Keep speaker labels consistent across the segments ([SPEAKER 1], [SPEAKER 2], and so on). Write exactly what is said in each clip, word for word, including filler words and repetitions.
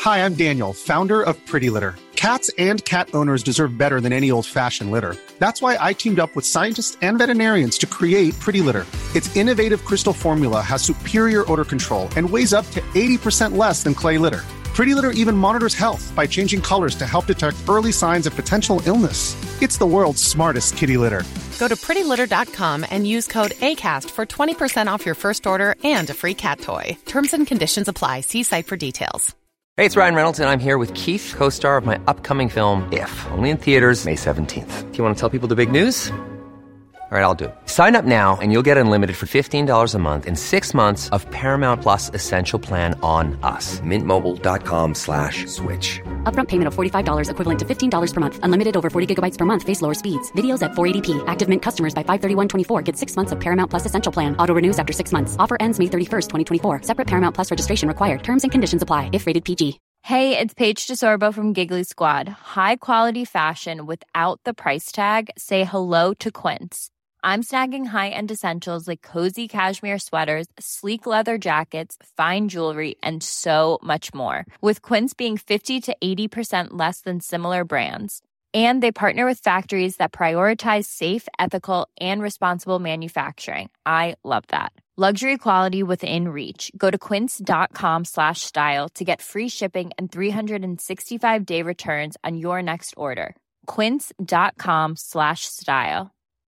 [SPEAKER 1] Hi, I'm Daniel, founder of Pretty Litter. Cats and cat owners deserve better than any old-fashioned litter. That's why I teamed up with scientists and veterinarians to create Pretty Litter. Its innovative crystal formula has superior odor control and weighs up to eighty percent less than clay litter. Pretty Litter even monitors health by changing colors to help detect early signs of potential illness. It's the world's smartest kitty litter.
[SPEAKER 2] Go to pretty litter dot com and use code ACAST for twenty percent off your first order and a free cat toy. Terms and conditions apply. See site for details.
[SPEAKER 3] Hey, it's Ryan Reynolds, and I'm here with Keith, co-star of my upcoming film, If, only in theaters May seventeenth. Do you want to tell people the big news? All right, I'll do it. Sign up now and you'll get unlimited for fifteen dollars a month and six months of Paramount Plus Essential Plan on us. Mint Mobile dot com slash switch.
[SPEAKER 4] Upfront payment of forty-five dollars equivalent to fifteen dollars per month. Unlimited over forty gigabytes per month. Face lower speeds. Videos at four eighty p. Active Mint customers by five thirty-one twenty-four get six months of Paramount Plus Essential Plan. Auto renews after six months. Offer ends May thirty-first, twenty twenty-four. Separate Paramount Plus registration required. Terms and conditions apply if rated P G.
[SPEAKER 5] Hey, it's Paige DeSorbo from Giggly Squad. High quality fashion without the price tag. Say hello to Quince. I'm snagging high-end essentials like cozy cashmere sweaters, sleek leather jackets, fine jewelry, and so much more. With Quince being fifty to eighty percent less than similar brands. And they partner with factories that prioritize safe, ethical, and responsible manufacturing. I love that. Luxury quality within reach. Go to quince dot com slash style to get free shipping and three sixty-five day returns on your next order. quince dot com slash style.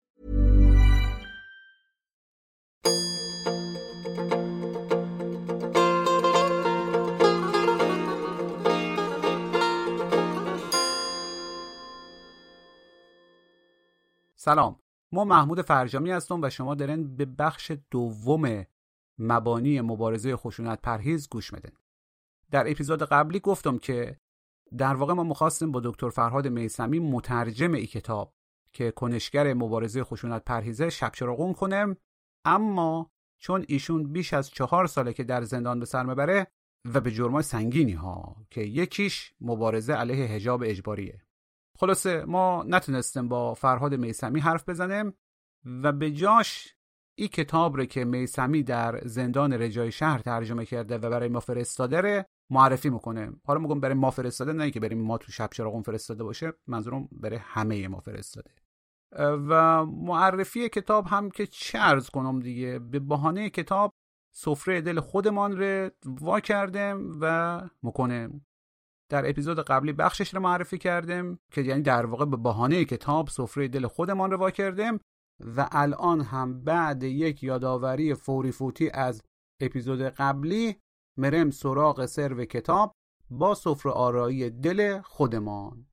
[SPEAKER 6] سلام، ما محمود فرجامی هستم و شما دارین به بخش دوم مبانی مبارزه خشونت پرهیز گوش میدین. در اپیزود قبلی گفتم که در واقع ما می‌خواستیم با دکتر فرهاد میثمی مترجم این کتاب که کنشگر مبارزه خشونت پرهیزه شبچراغون کنیم، اما چون ایشون بیش از چهار ساله که در زندان به سر میبره و به جرمای سنگینی ها که یکیش مبارزه علیه حجاب اجباریه. خلاصه ما نتونستیم با فرهاد میثمی حرف بزنیم و به جاش این کتاب رو که میثمی در زندان رجای شهر ترجمه کرده و برای ما فرستاده رو معرفی میکنیم. حالا میگم برای ما فرستاده، نه که بریم ما تو شب چراغون فرستاده باشه، منظورم برای همه ما فرستاده. و معرفی کتاب هم که چه عرض کنم دیگه، به بهانه کتاب سفره دل خودمان رو وا کردیم و میکنیم. در اپیزود قبلی بخشش رو معرفی کردیم که یعنی در واقع به بهانه کتاب سفره دل خودمان رو وا کردیم و الان هم بعد یک یادآوری فوری فوتی از اپیزود قبلی مریم سراغ سرو کتاب با سفره آرایی دل خودمان.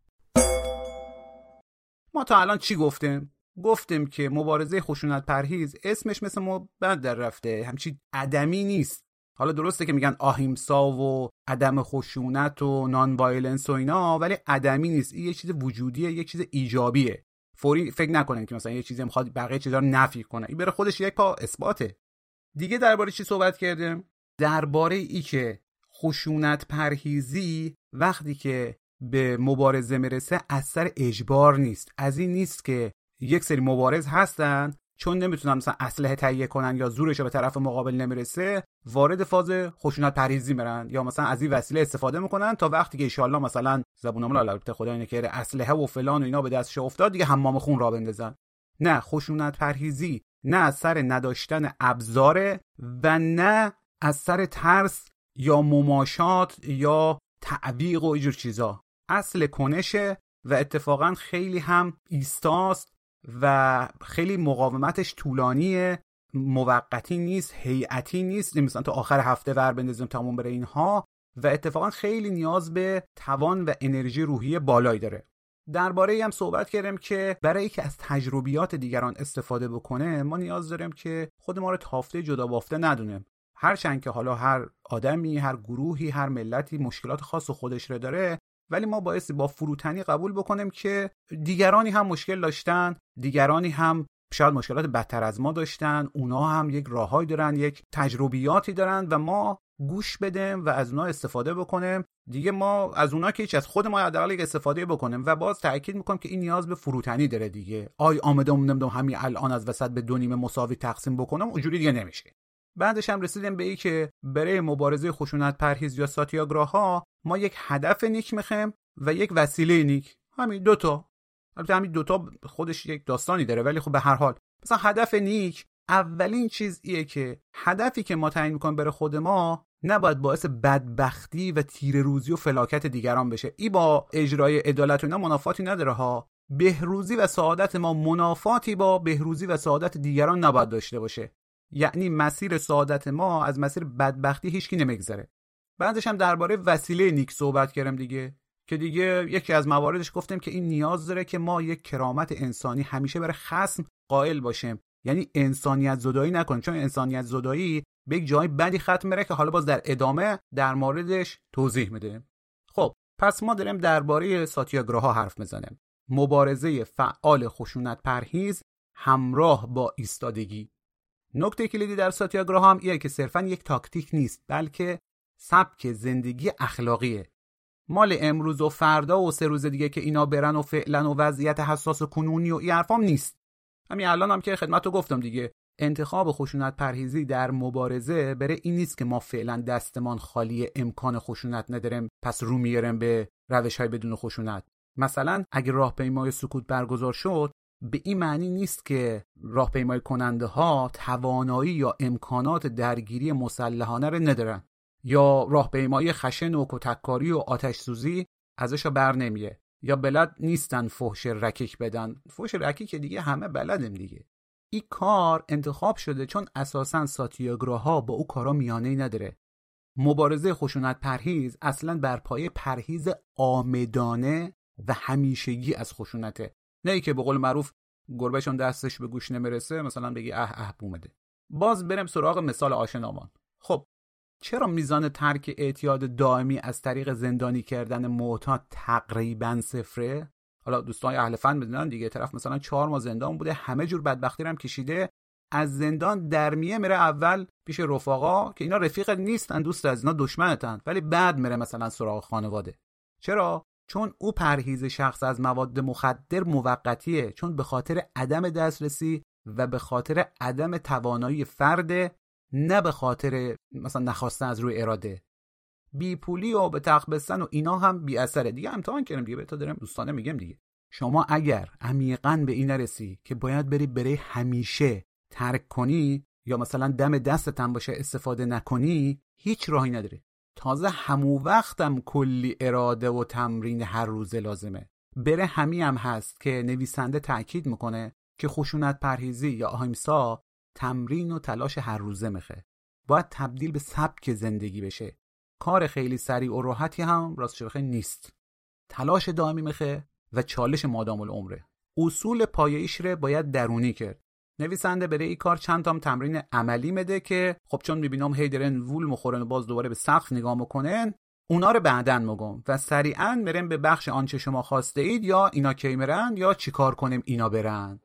[SPEAKER 6] ما تا الان چی گفتیم؟ گفتیم که مبارزه خشونت پرهیز اسمش مثل ما بد در رفته، همچی عدمی نیست. حالا درسته که میگن آهیمسا و عدم خشونت و نان وایلنس و اینا، ولی عدمی نیست. این یه چیز وجودیه، یه چیز ایجابیه. فوری فکر نکنین که مثلا یه چیزی میخواد بقیه چیزا رو نفی کنه. این بره خودش یک پا اثباته. دیگه درباره چی صحبت کردیم؟ درباره ای که خشونت پرهیزی وقتی که به مبارزه میرسه از سر اجبار نیست. از این نیست که یک سری مبارز هستن چون نمیتونن مثلا اسلحه تهیه کنن یا زورش به طرف مقابل نمیرسه وارد فاز خشونت پرهیزی میرن یا مثلا از این وسیله استفاده میکنن تا وقتی که ان شاءالله مثلا زبونمون البته خدا اینه که اسلحه و فلان و اینا به دستش افتاد دیگه حمام خون را بندازن. نه، خشونت پرهیزی نه از سر نداشتن ابزار و نه از سر ترس یا مماشات یا تعویق و اینجور چیزا. اصل کنشه و اتفاقا خیلی هم ایستاست و خیلی مقاومتش طولانیه، موقتی نیست، هیئتی نیست، مثلا تا آخر هفته ور بندازیم تموم بره اینها، و اتفاقا خیلی نیاز به توان و انرژی روحی بالایی داره. درباره هم صحبت کردیم که برای اینکه از تجربیات دیگران استفاده بکنه ما نیاز داریم که خود ما رو تافته جدا بافته ندونیم. هرچند که حالا هر آدمی، هر گروهی، هر ملتی مشکلات خاص خودش رو داره، ولی ما بایستی با فروتنی قبول بکنیم که دیگرانی هم مشکل داشتن، دیگرانی هم شاید مشکلات بدتر از ما داشتن، اونا هم یک راههایی دارن، یک تجربیاتی دارن و ما گوش بدیم و از اونا استفاده بکنیم. دیگه ما از اونا که هیچ، از خود ما حداقل استفاده بکنیم و باز تاکید میکنم که این نیاز به فروتنی داره دیگه. آی آمدم نمیدونم همین الان از وسط به دو نیمه مساوی تقسیم بکنم، اونجوری دیگه نمیشه. بعدش هم رسیدیم به این که برای مبارزه خشونت پرهیز یا ساتیاگراها ما یک هدف نیک میخوایم و یک وسیله نیک. همین دوتا. البته همین دوتا خودش یک داستانی داره، ولی خب به هر حال مثلا هدف نیک اولین چیز ایه که هدفی که ما تعیین میکنیم برای خود ما نباید باعث بدبختی و تیره روزی و فلاکت دیگران بشه. ای با اجرای عدالت و اینا منافاتی نداره ها. بهروزی و سعادت ما منافاتی با بهروزی و سعادت دیگران نباید داشته باشه. یعنی مسیر سعادت ما از مسیر بدبختی هیچکی نمیگذره. بعدش هم درباره وسیله نیک صحبت کردم دیگه، که دیگه یکی از مواردش گفتیم که این نیاز داره که ما یک کرامت انسانی همیشه برای خصم قائل باشیم، یعنی انسانیت زدایی نکنیم، چون انسانیت زدایی به یک جای بدی ختم میره که حالا باز در ادامه در موردش توضیح میده. خب پس ما داریم درباره ساتیاگراها حرف میزنیم. مبارزه فعال خشونت پرهیز همراه با ایستادگی. نکته کلیدی در ساتیاگراها هم اینه که صرفاً یک تاکتیک نیست، بلکه سبک زندگی اخلاقیه. مال امروز و فردا و سه روز دیگه که اینا برن و فعلا و وضعیت حساس و کنونی و این حرفام نیست. همین الان هم که خدمتتون گفتم دیگه، انتخاب خشونت پرهیزی در مبارزه برای این نیست که ما فعلا دستمان خالی امکان خشونت نداریم پس رو میاریم به روش‌های بدون خشونت. مثلا اگه راهپیمای سکوت برگزار شد، به این معنی نیست که راهپیمایی کننده ها توانایی یا امکانات درگیری مسلحانه رو ندارن، یا راهپیمایی خشن و کتککاری و آتش سوزی ازش بر نمیه، یا بلد نیستن فحش رکیک بدن. فحش رکیک دیگه همه بلدیم دیگه. این کار انتخاب شده چون اساساً ساتیاگراها با او کارا میانه‌ای نداره. مبارزه خشونت پرهیز اصلاً بر پایه پرهیز عامدانه و همیشگی از خشونته، نه ای که به قول معروف گربهشون دستش به گوش نمیرسه مثلا بگی اه اه بومده. باز بریم سراغ مثال آشنامان. خب چرا میزان ترک اعتیاد دائمی از طریق زندانی کردن معتاد تقریبا صفره؟ حالا دوستان اهل فن بدونن دیگه، طرف مثلا چهار ماه زندان بوده، همه جور بدبختی رو هم کشیده، از زندان در میه میره اول پیش رفقا که اینا رفیق نیستن، دوست از اینا دشمنتن، ولی بعد میره مثلا سراغ خانواده. چرا؟ چون او پرهیز شخص از مواد مخدر موقتیه، چون به خاطر عدم دسترسی و به خاطر عدم توانایی فرد، نه به خاطر مثلا نخواستن از روی اراده. بی پولی و به تخت بستن و اینا هم بی اثره دیگه. امتحان کردم دیگه، بهتا دارم دوستانه میگم دیگه. شما اگر عمیقاً به این نرسی که باید بری برای همیشه ترک کنی یا مثلا دم دستت هم باشه استفاده نکنی، هیچ راهی نداره. تازه همو وقتم کلی اراده و تمرین هر روزه لازمه. بره همی هم هست که نویسنده تأکید میکنه که خشونت پرهیزی یا اهیمسا تمرین و تلاش هر روزه میخه. باید تبدیل به سبک زندگی بشه. کار خیلی سریع و راحتی هم راستش بخیر نیست. تلاش دائمی میخه و چالش مادام العمره. اصول پایه‌ایش رو باید درونی کرد. نویسنده برای این کار چند تا تمرین عملی میده که خب چون میبینم هی درن وول مخورن و باز دوباره به سقف نگاه میکنن، اونا رو بعداً میگم و سریعاً بریم به بخش آنچه شما خواسته اید یا اینا کی میرن یا چیکار کنیم اینا برن.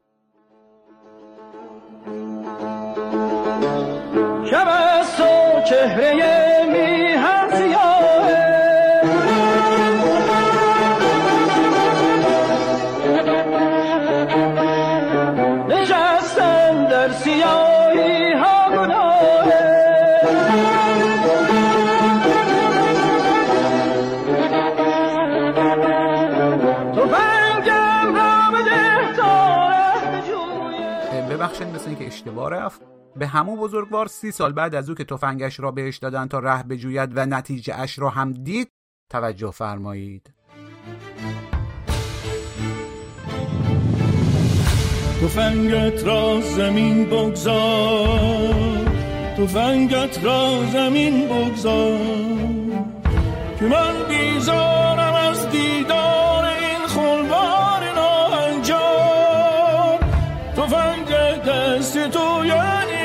[SPEAKER 7] شب است و چهره میهن سیاهه، نشستن در سیاهی ها گناهه، تو بنگم را بده تا ره بجویه.
[SPEAKER 6] ببخشید مثل این که اشتباه رفت. به همون بزرگوار سی سال بعد از او که تفنگش را بهش دادن تا ره بجوید و نتیجه اش را هم دید توجه فرمایید.
[SPEAKER 8] تفنگت را زمین بگذار، تفنگت را زمین بگذار که من بیزارم از دیدار این خونبار ناهنجار. تفنگ دست تو یعنی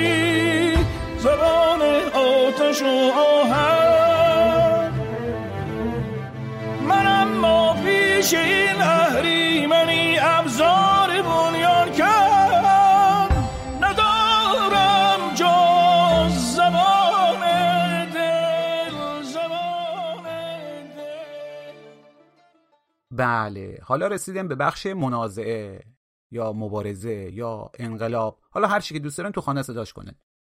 [SPEAKER 8] زبان آتش و آهن، من اما پیش این اهریمنی ابزار بنیان کن ندارم جز زبان دل، زبان دل.
[SPEAKER 6] بله، حالا رسیدیم به بخش منازعه یا مبارزه یا انقلاب، حالا هر چی که دوست دارن تو خانه صداش کنن.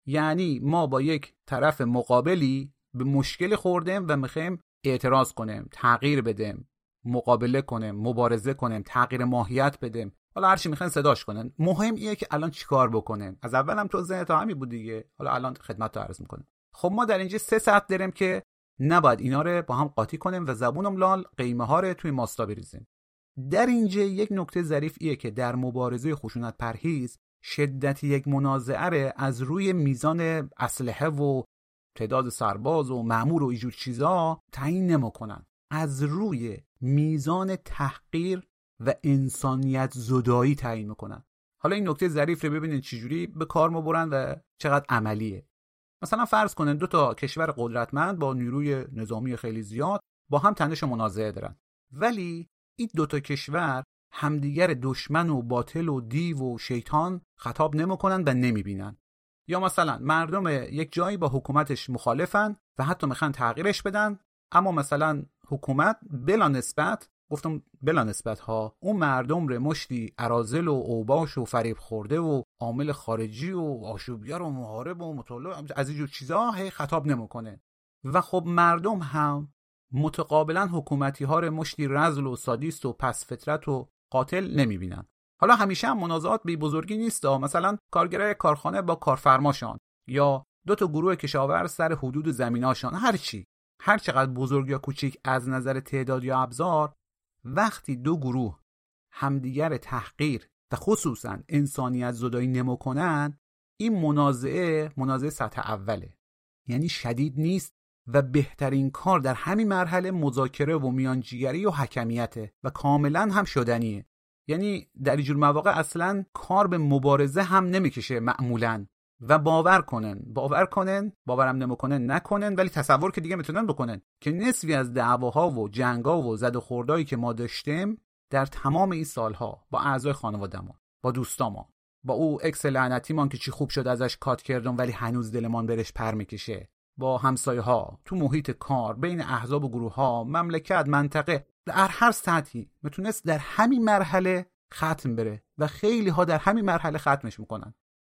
[SPEAKER 6] یعنی ما با یک طرف مقابلی به مشکل خوردیم و میخوایم اعتراض کنیم، تغییر بدیم، مقابله کنیم، مبارزه کنیم، تغییر ماهیت بدیم، حالا هر چی میخواین صداش کنن. مهم اینه که الان چیکار بکنیم. از اول هم تو ذهنت همین بود دیگه، حالا الان خدمت رو عرض میکنم. خب ما در اینجا سه سطح داریم که نباید اینا رو با هم قاطی کنیم و زبونم لال قیمه ها رو توی ماستا بریزیم. در اینجا یک نکته ظریف ایه که در مبارزه خشونت پرهیز شدت یک منازعه از روی میزان اسلحه و تعداد سرباز و مأمور و اینجور چیزا تعیین نمیکنن، از روی میزان تحقیر و انسانیت زدایی تعیین میکنن. حالا این نکته ظریف رو ببینید چجوری به کار میبرن و چقدر عملیه. مثلا فرض کنن دو تا کشور قدرتمند با نیروی نظامی خیلی زیاد با هم تنش و منازعه دارن، ولی این دو تا کشور همدیگر دشمن و باطل و دیو و شیطان خطاب نمیکنن و نمیبینن. یا مثلا مردم یک جایی با حکومتش مخالفن و حتی میخوان تغییرش بدن، اما مثلا حکومت بلا نسبت، گفتم بلا نسبت ها، اون مردم رو مشتی اراذل و اوباش و فریب خورده و عامل خارجی و آشوبگر و محارب و مطلع از اینجور چیزا هی خطاب نمیکنه. و خب مردم هم متقابلا حکومتی ها رو مشتی رذل و سادیست و پس فطرت و قاتل نمیبینن. حالا همیشه هم منازعات بی بزرگی نیست، مثلا کارگرای کارخانه با کارفرماشان یا دو تا گروه کشاورز سر حدود زمیناشان، هر چی، هر چقدر بزرگ یا کوچیک از نظر تعداد یا ابزار، وقتی دو گروه همدیگر تحقیر و خصوصا انسانیت زدایی نمی‌کنن، این منازعه منازعه سطح اوله، یعنی شدید نیست و بهترین کار در همین مرحله مذاکره و میانجیگری و حکمیته و کاملا هم شدنیه. یعنی در اینجور مواقع اصلا کار به مبارزه هم نمیکشه معمولا. و باور کنن باور کنن باورم نمیکنن نکنن، ولی تصور که دیگه میتونن بکنن که نصفی از دعواها و جنگا و زد و خوردایی که ما داشتیم در تمام این سالها با اعضای خانواده‌مون، با دوستامون، با او اکس لعنتیمان که چی خوب شد ازش کات کردم ولی هنوز دلمان برش پر میکشه، با همسایه‌ها، تو محیط کار، بین احزاب و گروه‌ها، مملکت، منطقه، در هر سطحی میتونست در همین مرحله ختم بره و خیلی ها در همین مرحله ختمش میکنن.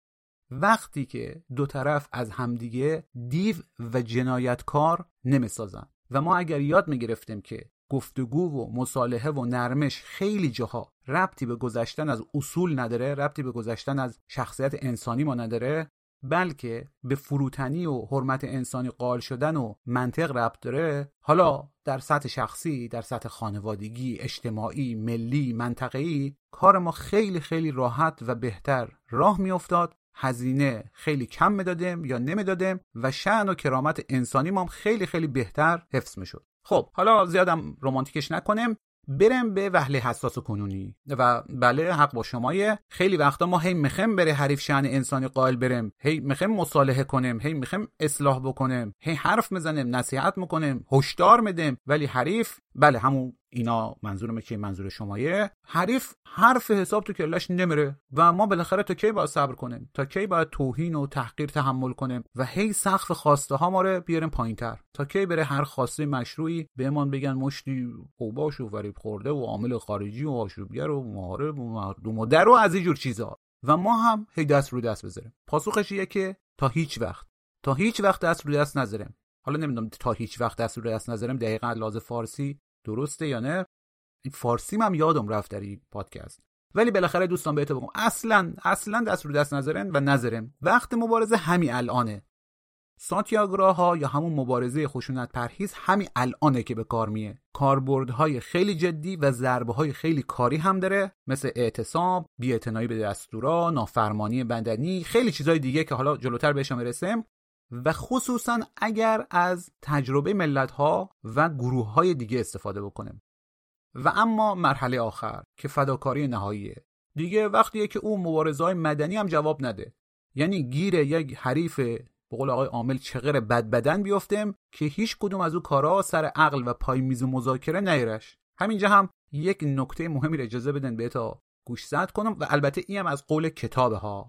[SPEAKER 6] وقتی که دو طرف از همدیگه دیو و جنایتکار نمیسازن. و ما اگر یاد میگرفتیم که گفتگو و مصالحه و نرمش خیلی جاها ربطی به گذشتن از اصول نداره، ربطی به گذشتن از شخصیت انسانی ما نداره، بلکه به فروتنی و حرمت انسانی قائل شدن و منطق ربط داره، حالا در سطح شخصی، در سطح خانوادگی، اجتماعی، ملی، منطقه‌ای، کار ما خیلی خیلی راحت و بهتر راه میافتاد، هزینه خیلی کم میدادیم یا نمیدادیم و شأن و کرامت انسانی ما هم خیلی خیلی بهتر حفظ میشد. خب حالا زیادم رمانتیکش نکنیم، بریم به وهله حساس و کنونی. و بله حق با شمایه، خیلی وقتا ما هی میخوایم بره حریف شأن انسانی قائل بریم، هی میخوایم مصالحه کنیم، هی میخوایم اصلاح بکنیم، هی حرف میزنیم، نصیحت میکنیم، هشدار میدیم، ولی حریف، بله همون اینا منظورمه که منظور شمایه، حریف حرف حساب تو کلش نمیره و ما بالاخره تا کی باید صبر کنیم؟ تا کی باید توهین و تحقیر تحمل کنیم و هی سقف خواسته ها ما رو بیاریم پایینتر؟ تا کی بره هر خواسته مشروعی بهمان بگن مشتی اوباش و فریب خورده و عامل خارجی و آشوبگر و محارب و مردم و در و از این جور چیزا و ما هم هی دست رو دست بذاریم؟ پاسخش اینه که تا هیچ وقت تا هیچ وقت دست رو دست نذاریم. حالا نمیدونم تا هیچ وقت دست رو دست نذاریم دقیقاً لحاظ فارسی درسته یا نه، این فارسی هم یادم رفت در این پادکست، ولی بالاخره دوستان بهتون بگم اصلا اصلا دست رو دست نذارن و نذاریم. وقت مبارزه همین الانه. ساتیاگراها یا همون مبارزه خشونت پرهیز همین الانه که به کار میه. کاربردهای خیلی جدی و ضربه‌های خیلی کاری هم داره، مثل اعتصاب، بی‌اعتنایی به دستورا، نافرمانی بدنی، خیلی چیزای دیگه که حالا جلوتر بهشون میرسیم. و خصوصا اگر از تجربه ملت‌ها و گروه‌های دیگه استفاده بکنیم. و اما مرحله آخر که فداکاری نهاییه دیگه، وقتیه که اون مبارزه‌های مدنی هم جواب نده، یعنی گیر یک حریف به قول آقای عامل چغر بد بدن بیافتیم که هیچ کدوم از اون کارا سر عقل و پای میز مذاکره نیرش. همینجا هم یک نکته مهمی رو اجازه بدن به تا گوشزد کنم و البته اینم از قول کتابه ها.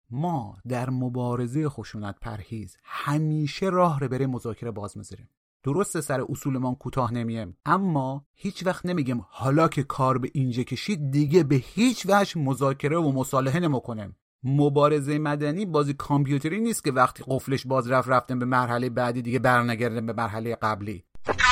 [SPEAKER 6] ما در مبارزه خشونت پرهیز همیشه راه رو برای مذاکره باز میذاریم. درسته سر اصولمان کوتاه نمیم، اما هیچ وقت نمیگیم حالا که کار به اینجا کشید دیگه به هیچ وجه مذاکره و مصالحه نمیکنیم. مبارزه مدنی بازی کامپیوتری نیست که وقتی قفلش باز رفت رفتن به مرحله بعدی دیگه برنگردن به مرحله قبلی.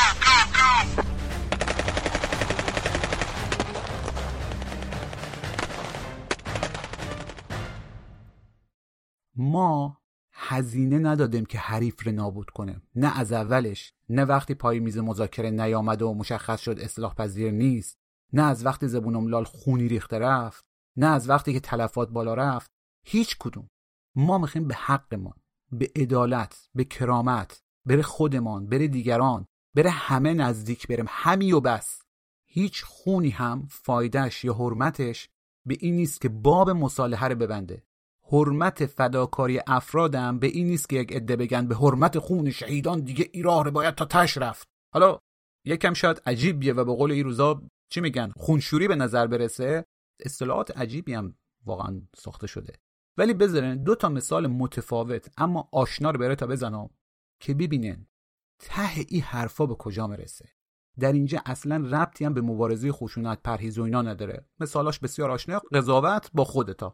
[SPEAKER 6] ما هزینه ندادیم که حریف رو نابود کنیم، نه از اولش، نه وقتی پای میز مذاکره نیامده و مشخص شد اصلاح پذیر نیست، نه از وقتی زبونم لال خونی ریخته رفت، نه از وقتی که تلفات بالا رفت. هیچ کدوم. ما میخوایم به حقمان، به عدالت، به کرامت، بره خودمان، بره دیگران، بره همه نزدیک بریم، همی و بس. هیچ خونی هم فایدهش یا حرمتش به این نیست که باب مصالحه رو ببنده. حرمت فداکاری افرادم به این نیست که یک عده بگن به حرمت خون شهیدان دیگه این راه رو باید تا تش رفت. حالا یکم شاید عجیب بیه و به قول این روزا چی میگن خونشوری به نظر برسه، اصطلاحات عجیبی هم واقعا ساخته شده، ولی بذارین دو تا مثال متفاوت اما آشنا رو برای تا بزنم که ببینین ته این حرفا به کجا میرسه. در اینجا اصلا ربطی هم به مبارزه خشونت پرهیز و اینا نداره. مثالاش بسیار آشنا، قضاوت با خودتا.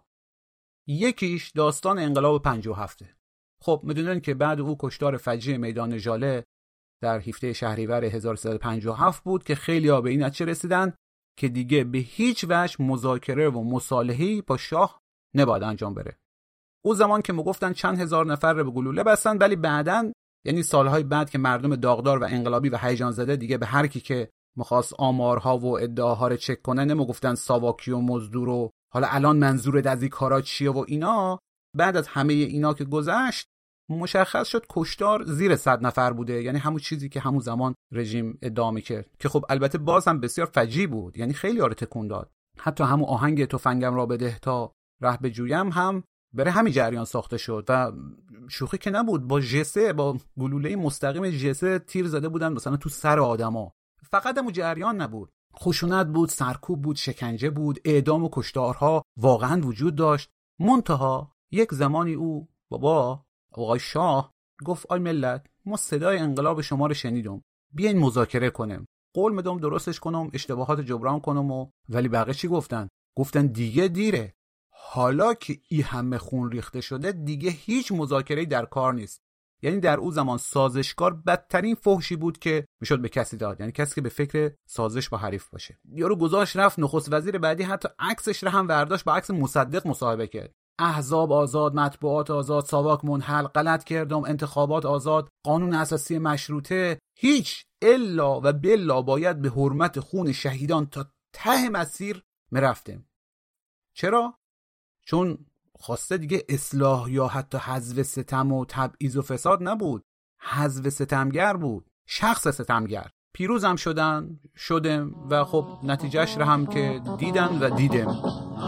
[SPEAKER 6] یکیش داستان انقلاب پنجاه و هفت. خب میدونن که بعد او کشتار فجیع میدان ژاله در هفده شهریور هزار و سیصد و پنجاه و هفت بود که خیلی‌ها به این نتیجه رسیدن که دیگه به هیچ وجه مذاکره و مصالحه‌ای با شاه نباید انجام بره. او زمان که میگفتن چند هزار نفر رو به گلوله بستن، ولی بعدن یعنی سالهای بعد که مردم داغدار و انقلابی و هیجان زده دیگه به هر کی که می‌خواست آمارها و ادعاها رو چک کنه نمیگفتن ساواکی و مزدور و حالا الان منظورت از این کارا چیه و اینا. بعد از همه اینا که گذشت مشخص شد کشتار زیر صد نفر بوده، یعنی همون چیزی که همون زمان رژیم ادعا میکرد که خب البته باز هم بسیار فجیع بود، یعنی خیلی ها رو تکون داد. حتی همون آهنگ تفنگم را بده تا ره به جویم هم برای همین جریان ساخته شد و شوخی که نبود، با جسه با گلوله مستقیم جسه تیر زده بودن مثلا تو سر آدما. فقط همون جریان نبود، خشونت بود، سرکوب بود، شکنجه بود، اعدام و کشتارها واقعا وجود داشت. منتها یک زمانی او بابا آقای شاه گفت آی ملت، ما صدای انقلاب شما رو شنیدم، بیاین مذاکره کنیم، قول میدم درستش کنم، اشتباهات جبران کنم. و ولی بقیه چی گفتن؟ گفتن دیگه دیره. حالا که این همه خون ریخته شده دیگه هیچ مذاکره‌ای در کار نیست. یعنی در اون زمان سازشکار بدترین فحشی بود که میشد به کسی داد، یعنی کسی که به فکر سازش با حریف باشه. یارو گذاشت رفت نخست وزیر بعدی حتی عکسش رو هم برداشت با عکس مصدق مصاحبه کرد. احزاب آزاد، مطبوعات آزاد، ساواک منحل، غلط کردم، انتخابات آزاد، قانون اساسی مشروطه، هیچ الا و بلا باید به حرمت خون شهیدان تا ته مسیر میرفتیم. چرا؟ چون خواسته دیگه اصلاح یا حتی حذف ستم و تبعیض و فساد نبود، حذف ستمگر بود، شخص ستمگر. پیروز هم شدن شدم و خب نتیجهش رو هم که دیدن و دیدم.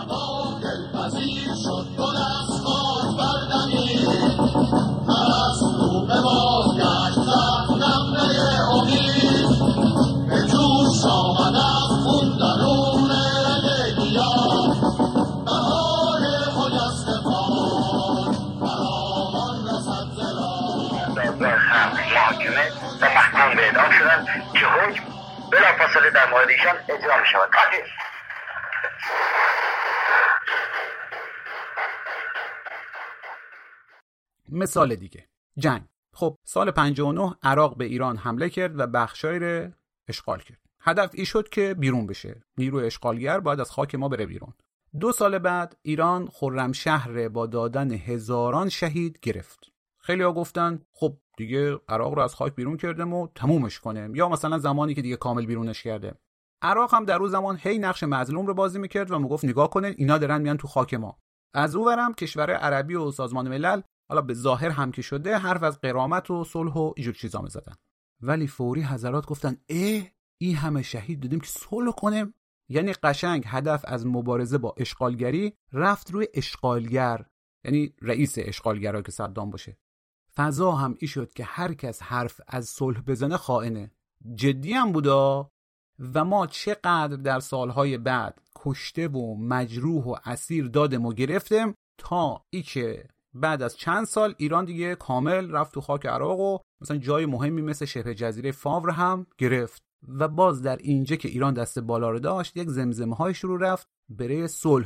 [SPEAKER 9] محاکمه و محکوم به اعدام شدن که حکم بلافاصله در مورد ایشان اجرا می شود.
[SPEAKER 6] مثال دیگه، جنگ. خب سال پنجاه و نه عراق به ایران حمله کرد و بخشایی رو اشغال کرد. هدف این شد که بیرون بشه، نیروی اشغالگر باید از خاک ما بره بیرون. دو سال بعد ایران خرمشهر با دادن هزاران شهید گرفت. خیلی ها گفتن خب دیگه عراق رو از خاک بیرون کردیم و تمومش کنیم، یا مثلا زمانی که دیگه کامل بیرونش کرده. عراق هم در اون زمان هی نقش مظلوم رو بازی میکرد و میگفت نگاه کنین اینا دارن میان تو خاک ما. از اونورم کشورهای عربی و سازمان ملل حالا به ظاهر هم که شده حرف از غرامت و صلح و اینجور چیزا میزدن، ولی فوری حضرات گفتن اه این همه شهید دادیم که صلح کنیم. یعنی قشنگ هدف از مبارزه با اشغالگری رفت روی اشغالگر، یعنی رئیس اشغالگرا که صدام باشه. فضا هم ای شد که هر کس حرف از صلح بزنه خائنه. جدی هم بودا. و ما چقدر در سالهای بعد کشته و مجروح و اسیر دادم و گرفتیم تا ای که بعد از چند سال ایران دیگه کامل رفت تو خاک عراق و مثلا جای مهمی مثل شبه جزیره فاور هم گرفت. و باز در اینجا که ایران دست بالا رو داشت یک زمزمه های شروع رفت برای صلح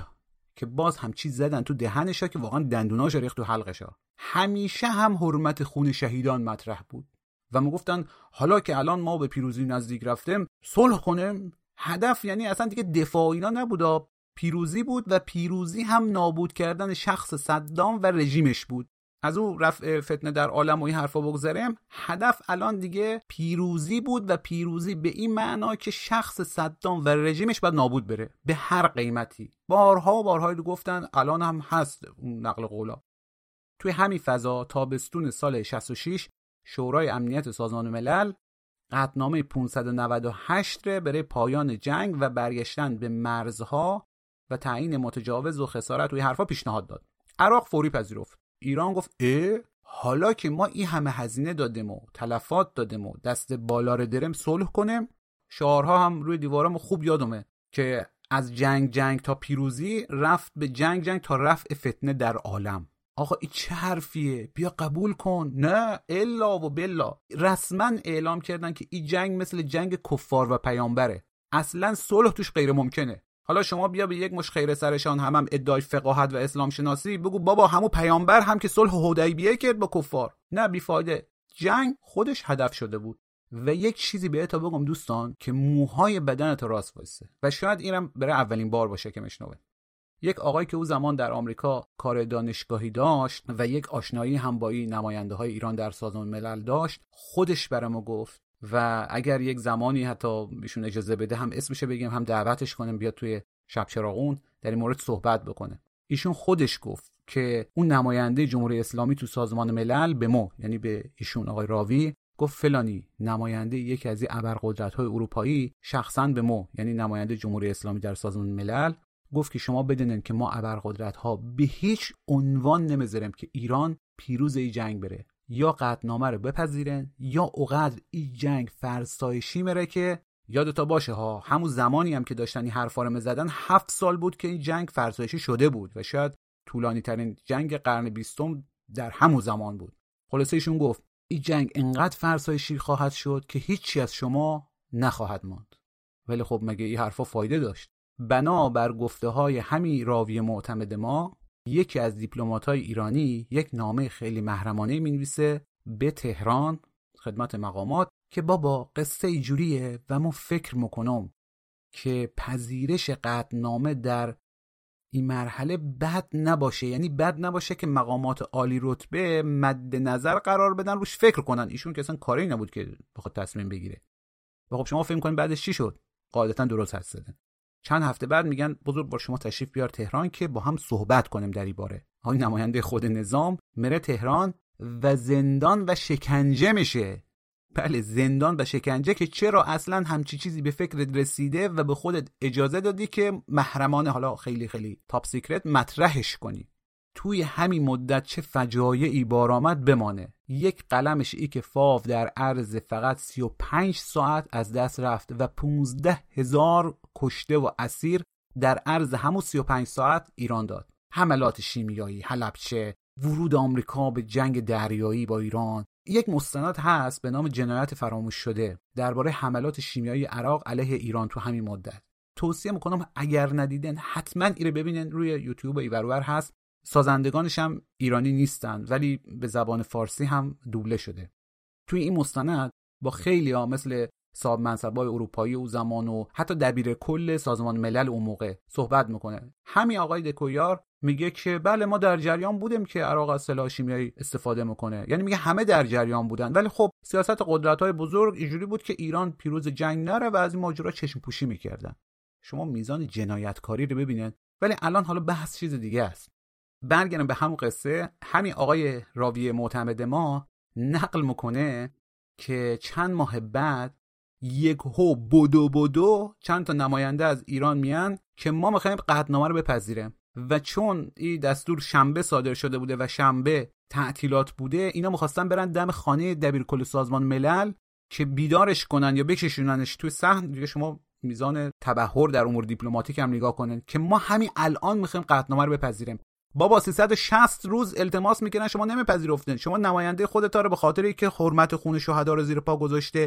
[SPEAKER 6] که باز هم چیز زدن تو دهنشا که واقعا دندوناش ریخت تو حلقشا. همیشه هم حرمت خون شهیدان مطرح بود و ما گفتن حالا که الان ما به پیروزی نزدیک رفتیم صلح کنیم. هدف یعنی اصلا دیگه دفاع اینا نبود، پیروزی بود و پیروزی هم نابود کردن شخص صدام و رژیمش بود. از اون رفع فتنه در عالم و این حرفا بگذاریم، هدف الان دیگه پیروزی بود و پیروزی به این معنا که شخص صدام و رژیمش باید نابود بره به هر قیمتی. بارها و بارها رو گفتن، الان هم هست اون نقل قولا. توی همین فضا تابستون سال شصت و شش شورای امنیت سازمان ملل قطعنامه پانصد و نود و هشت ره برای پایان جنگ و برگشتن به مرزها و تعیین متجاوز و خسارت توی حرفا پیشنهاد داد. عراق فوری پذیرفت. ایران گفت اه حالا که ما این همه هزینه دادیم و تلفات دادیم و دست بالا رو درم صلح کنیم. شعارها هم روی دیوارم خوب یادمه که از جنگ جنگ تا پیروزی رفت به جنگ جنگ تا رفع فتنه در عالم. آقا این چه حرفیه؟ بیا قبول کن. نه الا و بلا رسما اعلام کردن که این جنگ مثل جنگ کفار و پیامبره، اصلا صلح توش غیر ممکنه. حالا شما بیا به یک مش خیر سرشان هم هم ادعای فقاهت و اسلام شناسی بگو بابا همون پیامبر هم که صلح حدیبیه کرد با کفار. نه بیفایده. جنگ خودش هدف شده بود. و یک چیزی بهت بگم دوستان که موهای بدنت راست وایسه و شاید اینم برای اولین بار باشه که میشنوه. یک آقای که او زمان در آمریکا کار دانشگاهی داشت و یک آشنایی هم با این نماینده‌های ایران در سازمان ملل داشت، خودش برامو گفت و اگر یک زمانی حتی ایشون اجازه بده هم اسمش بگیم هم دعوتش کنیم بیاد توی شب چراغون در این مورد صحبت بکنه. ایشون خودش گفت که اون نماینده جمهوری اسلامی تو سازمان ملل به ما، یعنی به ایشون آقای راوی، گفت فلانی نماینده یکی از این ابرقدرت‌های اروپایی شخصا به ما، یعنی نماینده جمهوری اسلامی در سازمان ملل، گفت که شما بدونین که ما ابرقدرت‌ها به هیچ عنوان نمیذاریم که ایران پیروز این جنگ بره، یا قطعنامه رو بپذیرن یا اونقدر این جنگ فرسایشی میره که یادتا باشه ها، همون زمانی هم که داشتن این حرفا رو میزدن هفت سال بود که این جنگ فرسایشی شده بود و شاید طولانی ترین جنگ قرن بیستم در همون زمان بود. خلاصه ایشون گفت این جنگ انقدر فرسایشی خواهد شد که هیچی از شما نخواهد ماند. ولی خب مگه این حرفا فایده داشت؟ بنا بر گفته های همین راوی معتمد ما، یکی از دیپلمات‌های ایرانی یک نامه خیلی محرمانه می‌نویسه به تهران خدمت مقامات که بابا قصه اینجوریه و من فکر میکنم که پذیرش قطعنامه در این مرحله بد نباشه، یعنی بد نباشه که مقامات عالی رتبه مد نظر قرار بدن، روش فکر کنن. ایشون که اصلا کاری نبود که بخواد تصمیم بگیره. و خب شما فکر کنید بعدش چی شد؟ قاعدتا درست حدس زدن. چند هفته بعد میگن بزرگ با شما تشریف بیار تهران که با هم صحبت کنیم در این باره. های نماینده خود نظام میره تهران و زندان و شکنجه میشه. بله زندان و شکنجه، که چرا اصلا همچی چیزی به فکرت رسیده و به خودت اجازه دادی که محرمانه، حالا خیلی خیلی تاپ سیکرت، مطرحش کنی. توی همین مدت چه فجایعی بار آمد بمانه. یک قلمش ای که فاو در عرض فقط سی و پنج ساعت از دست رفت و پونزده هزار کشته و اسیر در عرض همون سی و پنج ساعت ایران داد. حملات شیمیایی، حلبچه، ورود آمریکا به جنگ دریایی با ایران. یک مستند هست به نام جنایت فراموش شده درباره حملات شیمیایی عراق علیه ایران تو همین مدت. توصیه میکنم اگر ندیدن حتما اینو ببینن، روی یوتیوب ایورور هست. سازندگانش هم ایرانی نیستن ولی به زبان فارسی هم دوبله شده. توی این مستند با خیلی ها مثل صاحب منصبای اروپایی او زمان و حتی دبیر کل سازمان ملل اون موقع صحبت میکنه. همین آقای دکویار میگه که بله ما در جریان بودیم که عراق از سلاح شیمیایی استفاده میکنه، یعنی میگه همه در جریان بودن، ولی خب سیاست قدرت‌های بزرگ اینجوری بود که ایران پیروز جنگ نره و از این ماجرا چشم پوشی میکردن. شما میزان جنایتکاری رو ببینید. ولی الان حالا بحث چیز دیگه است. برگردیم به همون قصه. همین آقای راوی معتمد ما نقل میکنه که چند ماه بعد یک هو بدو بدو چند تا نماینده از ایران میان که ما میخوایم قطعنامه رو بپذیریم و چون این دستور شنبه صادر شده بوده و شنبه تعطیلات بوده، اینا میخواستن برن دم خانه دبیرکل سازمان ملل که بیدارش کنن یا بکشوننش توی صحن. دیگه شما میزان تبحر در امور دیپلماتیک هم نگاه کنن که ما همین الان میخوایم قطعنامه رو بپذیریم. بابا سیصد و شصت روز التماس میکنن شما نمیپذیرفتین. شما نماینده خودت رو به خاطر اینکه حرمت خون شهدا رو زیر پا گذاشته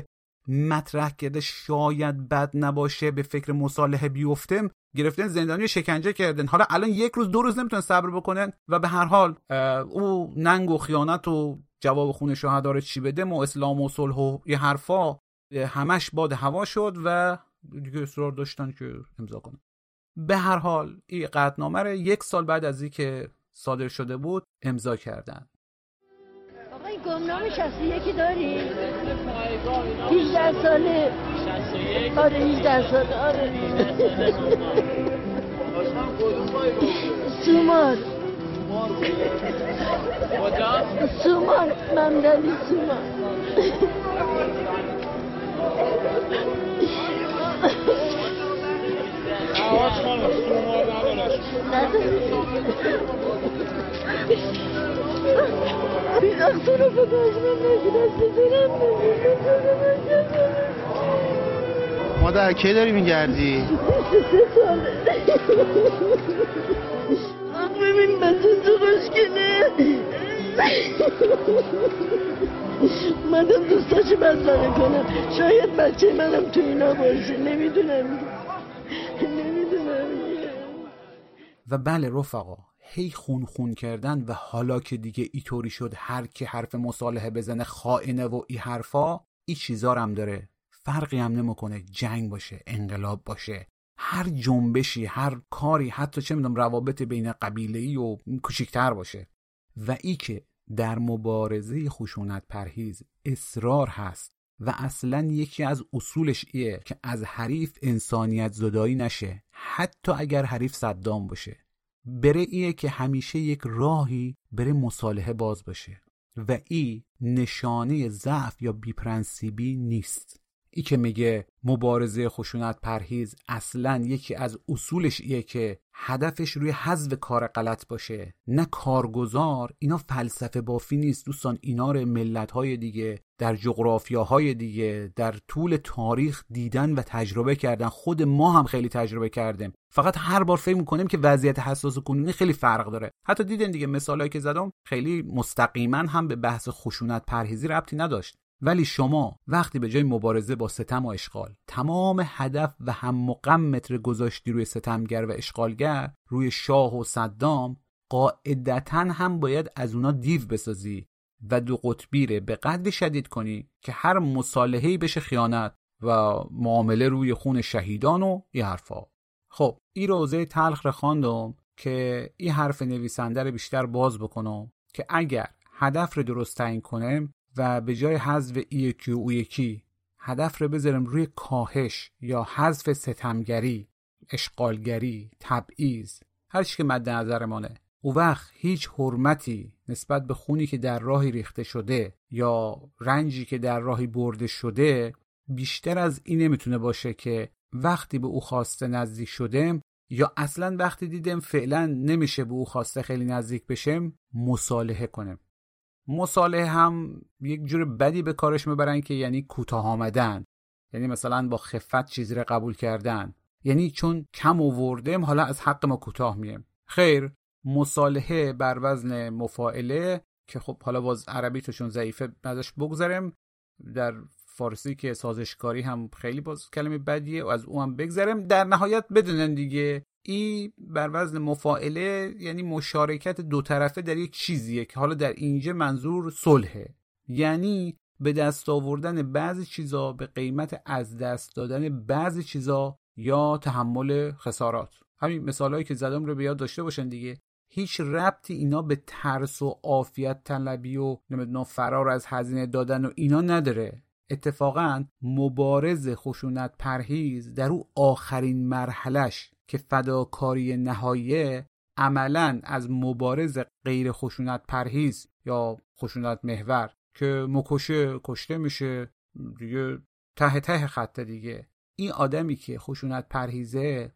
[SPEAKER 6] مطرح کرده شاید بد نباشه به فکر مصالحه بیفتم، گرفتن زندانی شکنجه کردن. حالا الان یک روز دو روز نمیتونن صبر بکنن و به هر حال او ننگ و خیانت و جواب خون شهدا رو چی بدم و اسلام و صلح و یه حرفا همش باد هوا شد و دیگه اصرار داشتن که امضا کنن. به هر حال این قطعنامه رو یک سال بعد از اینکه صادر شده بود امضا کردن.
[SPEAKER 10] آقای گمنام شصت و یک داری؟ هجده ساله. آره هجده ساله. آره سومار سومار ممدلی سومار
[SPEAKER 8] آواز کنم سومار ندارش
[SPEAKER 10] این اختون رو فتاش من نگیدم سیزونم
[SPEAKER 11] مادر کی داری میگردی؟
[SPEAKER 10] سه ساله ببین بدون تو خوشگله مدام دوستاشو بزنه کنم، شاید بچه منم تو اینا باشه، نمیدونم نمیدونم.
[SPEAKER 6] و بله رفقا، هی خون خون کردن و حالا که دیگه اینطوری شد هر کی حرف مصالحه بزنه خائنه و ای حرفا، این چیزا هم داره، فرقی هم نمیکنه جنگ باشه، انقلاب باشه، هر جنبشی، هر کاری، حتی چه میدونم روابط بین قبیله‌ای و کوچیک‌تر باشه. و ای که در مبارزه خشونت پرهیز اصرار هست و اصلا یکی از اصولش ایه که از حریف انسانیت زدایی نشه، حتی اگر حریف صدام باشه، بره ایه که همیشه یک راهی بره مصالحه باز باشه و ای نشانه ضعف یا بی‌پرنسیبی نیست. ای که میگه مبارزه خشونت پرهیز اصلا یکی از اصولش ایه که هدفش روی حذف کار غلط باشه نه کارگزار، اینا فلسفه بافی نیست دوستان. اینا رو ملت‌های دیگه در جغرافیاهای دیگه در طول تاریخ دیدن و تجربه کردن. خود ما هم خیلی تجربه کردیم، فقط هر بار فکر می‌کنیم که وضعیت حساس و کنونی خیلی فرق داره. حتی دیدن دیگه مثالایی که زدم خیلی مستقیما هم به بحث خشونت پرهیزی ربطی نداشت. ولی شما وقتی به جای مبارزه با ستم و اشغال تمام هدف و هم مقامت رو گذاشتی روی ستمگر و اشغالگر، روی شاه و صدام، قاعدتاً هم باید از اونا دیو بسازی و دو قطبی رو به قدری شدید کنی که هر مصالحه‌ای بشه خیانت و معامله روی خون شهیدان و این حرفا. خب این روزه تلخ رو خواندم که این حرف نویسنده رو بیشتر باز بکنم که اگر هدف رو درست تعیین کنم و به جای حذف ای یکی و او یکی هدف رو بذارم روی کاهش یا حذف ستمگری، اشغالگری، تبعیض، هر چی که مد نظر مانه، او وقت هیچ حرمتی نسبت به خونی که در راهی ریخته شده یا رنجی که در راهی برده شده بیشتر از این نمیتونه باشه که وقتی به او خواسته نزدیک شدم یا اصلا وقتی دیدم فعلا نمیشه به او خواسته خیلی نزدیک بشم مصالحه کنم. مصالحه هم یک جور بدی به کارش میبرن که یعنی کوتاه آمدن، یعنی مثلا با خفت چیزی رو قبول کردن، یعنی چون کم آوردم حالا از حق ما کوتاه میم. خیر، مصالحه بر وزن مفاعله که خب حالا باز عربی توشون ضعیفه ازش بگذارم، در فارسی که سازشکاری هم خیلی باز کلمه بدیه و از اون هم بگذارم. در نهایت بدونن دیگه ای بر وزن مفاعله یعنی مشارکت دو طرفه در یک چیزیه که حالا در اینجا منظور صلحه، یعنی به دست آوردن بعضی چیزا به قیمت از دست دادن بعضی چیزا یا تحمل خسارات. همین مثالایی که زدم رو به یاد داشته باشن دیگه. هیچ ربطی اینا به ترس و عافیت طلبی و نمیدونم فرار از هزینه دادن و اینا نداره. اتفاقاً مبارز خشونت پرهیز در او آخرین مرحلش که فداکاری نهاییه عملاً از مبارز غیر خشونت پرهیز یا خشونت محور که مکشه کشته میشه دیگه، ته ته خط دیگه. این آدمی که خشونت پرهیزه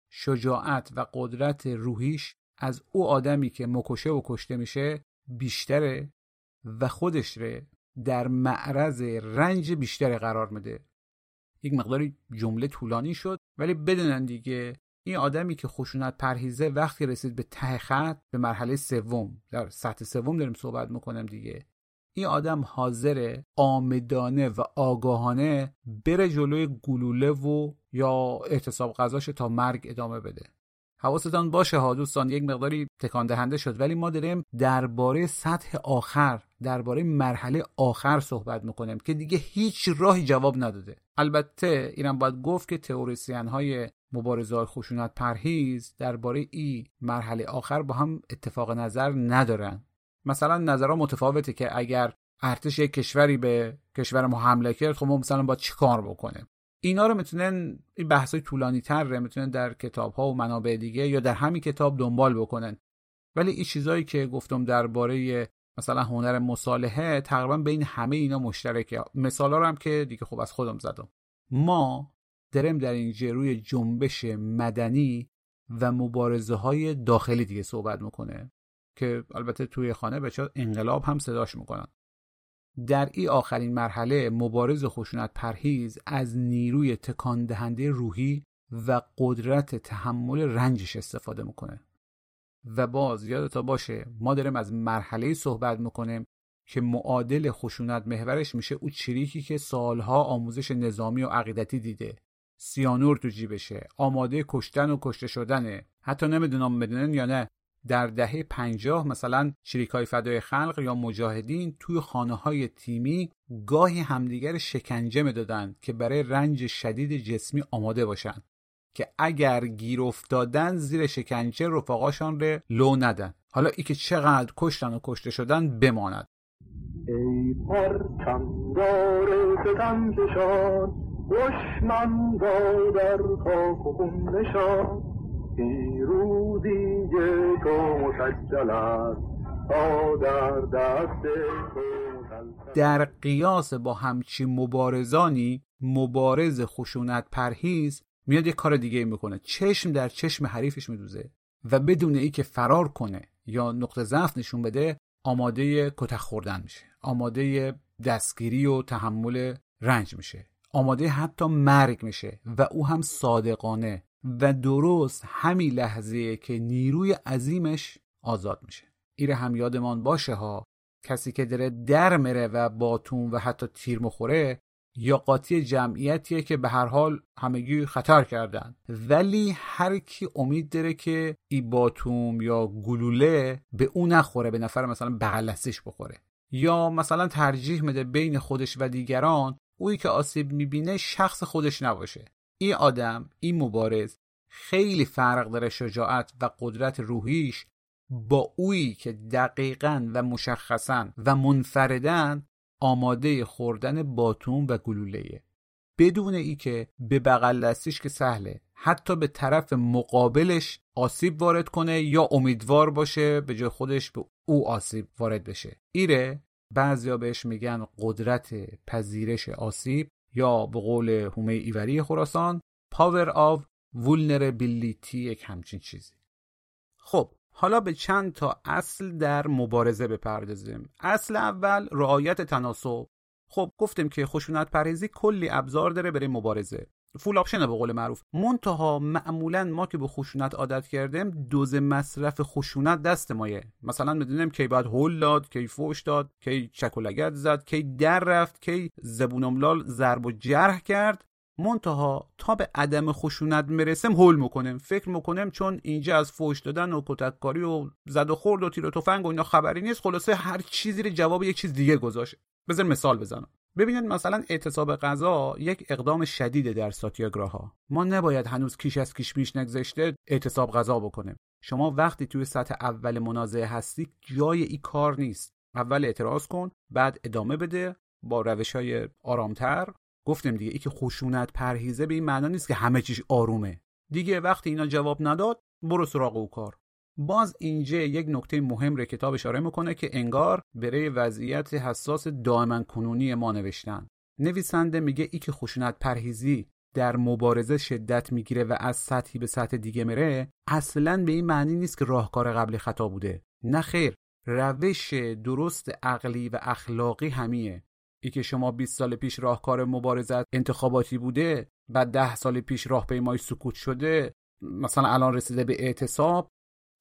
[SPEAKER 6] شجاعت و قدرت روحیش از او آدمی که مکشه و کشته میشه بیشتره و خودش ره در معرض رنج بیشتری قرار میده. یک مقداری جمله طولانی شد ولی بدونن دیگه این آدمی که خشونت پرهیزه وقتی رسید به ته خط، به مرحله سوم، در سطح سوم داریم صحبت میکنم دیگه، این آدم حاضره آمدانه و آگاهانه بره جلوی گلوله و یا اعتصاب غذاش تا مرگ ادامه بده. حواستان باشه ها دوستان، یک مقداری تکان دهنده شد، ولی ما داریم درباره سطح آخر، درباره مرحله آخر صحبت میکنیم که دیگه هیچ راهی جواب نداده. البته اینم باید گفت که تئوریسین های مبارزه خشونت پرهیز درباره این مرحله آخر با هم اتفاق نظر ندارن. مثلا نظرها متفاوته که اگر ارتش یک کشوری به کشور ما حمله کرد، خب ما مثلا باید چی کار بکنیم. اینا رو میتونن، این بحثای طولانی تره، میتونن در کتاب ها و منابع دیگه یا در همین کتاب دنبال بکنن. ولی این چیزایی که گفتم درباره مثلا هنر مصالحه تقریبا بین همه اینا مشترکه. مثالا رو هم که دیگه خب از خودم زدم. ما درم در اینجا روی جنبش مدنی و مبارزه های داخلی دیگه صحبت میکنه که البته توی خانه بچه‌ها انقلاب هم صداش میکنن. در این آخرین مرحله مبارز خشونت پرهیز از نیروی تکان دهنده روحی و قدرت تحمل رنجش استفاده میکنه. و باز یادتا باشه ما داریم از مرحله صحبت میکنیم که معادل خشونت محورش میشه او چریکی که سالها آموزش نظامی و عقیدتی دیده، سیانور تو جیبشه، آماده کشتن و کشته شدنه. حتی نمیدونم بدونن یا نه، در دهه پنجاه مثلا شریکای فدای خلق یا مجاهدین توی خانه‌های تیمی گاهی همدیگر شکنجه میدادن که برای رنج شدید جسمی آماده باشن که اگر گیر افتادن زیر شکنجه رفقاشان رو لو ندن. حالا ای که چقدر کشتن و کشته شدن بماند.
[SPEAKER 7] ای پرچمدار ستمکشان، دشمن را در خاک و خون نشان، پیروزی تو مسجل است تا در دست تو مسلسل.
[SPEAKER 6] در قیاس با همچین مبارزانی، مبارز خشونت پرهیز میاد یک کار دیگه میکنه، چشم در چشم حریفش میدوزه و بدون ای که فرار کنه یا نقطه ضعف نشون بده آماده کتک خوردن میشه، آماده دستگیری و تحمل رنج میشه، آماده حتی مرگ میشه و او هم صادقانه. و درست همین لحظه که نیروی عظیمش آزاد میشه. ایره هم یادمان باشه ها، کسی که داره در مره و باتون و حتی تیر مخوره یا قاطی جمعیتیه که به هر حال همگی خطر کردن، ولی هر کی امید داره که ای باتوم یا گلوله به اون نخوره، به نفر مثلا بغل دستش بخوره، یا مثلا ترجیح میده بین خودش و دیگران اویی که آسیب میبینه شخص خودش نباشه. این آدم، این مبارز خیلی فرق داره شجاعت و قدرت روحیش با اویی که دقیقاً و مشخصاً و منفرداً آماده خوردن باتون و گلوله‌ایه، بدون ای که به بغل دستیش که سهله حتی به طرف مقابلش آسیب وارد کنه یا امیدوار باشه به جای خودش به او آسیب وارد بشه. ایره بعضیا بهش میگن قدرت پذیرش آسیب یا به قول هومه ایوری خراسان power of vulnerability، یک همچین چیزی. خب حالا به چند تا اصل در مبارزه بپردازیم. اصل اول رعایت تناسب. خب گفتیم که خشونت پرهیزی کلی ابزار داره برای مبارزه، فول آپشن به قول معروف. منتها معمولا ما که به خشونت عادت کردیم دوز مصرف خشونت دست مایه. مثلا میدونیم کی باید هول داد، کی فوش داد، کی چک و لگد زد، کی در رفت، کی زبون املال ضرب و جرح کرد. منتها تا به عدم خشونت میرسیم هول میکنیم، فکر میکنیم چون اینجا از فوش دادن و کتککاری و زد و خورد و تیر و تفنگ و اینا خبری نیست، خلاصه هر چیزی رو جواب یک چیز دیگه گذاشت. بذار مثال بزنم. ببینید مثلا اعتصاب غذا یک اقدام شدیده در ساتیاگراها. ما نباید هنوز کیش از کیش بیش نگذشته اعتصاب غذا بکنیم. شما وقتی توی سطح اول منازعه هستی جای این کار نیست. اول اعتراض کن، بعد ادامه بده با روش‌های آرامتر. گفتم دیگه ای که خشونت پرهیزه به این معنا نیست که همه چیز آرومه. دیگه وقتی اینا جواب نداد برو سراغ او کار. باز اینجا یک نکته مهم رو کتاب اشاره میکنه که انگار برای وضعیت حساس دائما کنونی ما نوشتن. نویسنده میگه ای که خشونت پرهیزی در مبارزه شدت میگیره و از سطحی به سطح دیگه میره، اصلاً به این معنی نیست که راهکار قبلی خطا بوده. نه خیر، روش درست عقلی و اخلاقی همیه. ای که شما بیست سال پیش راهکار مبارزت انتخاباتی بوده، بعد ده سال پیش راهپیمایی سکوت شده، مثلا الان رسیده به اعتصاب،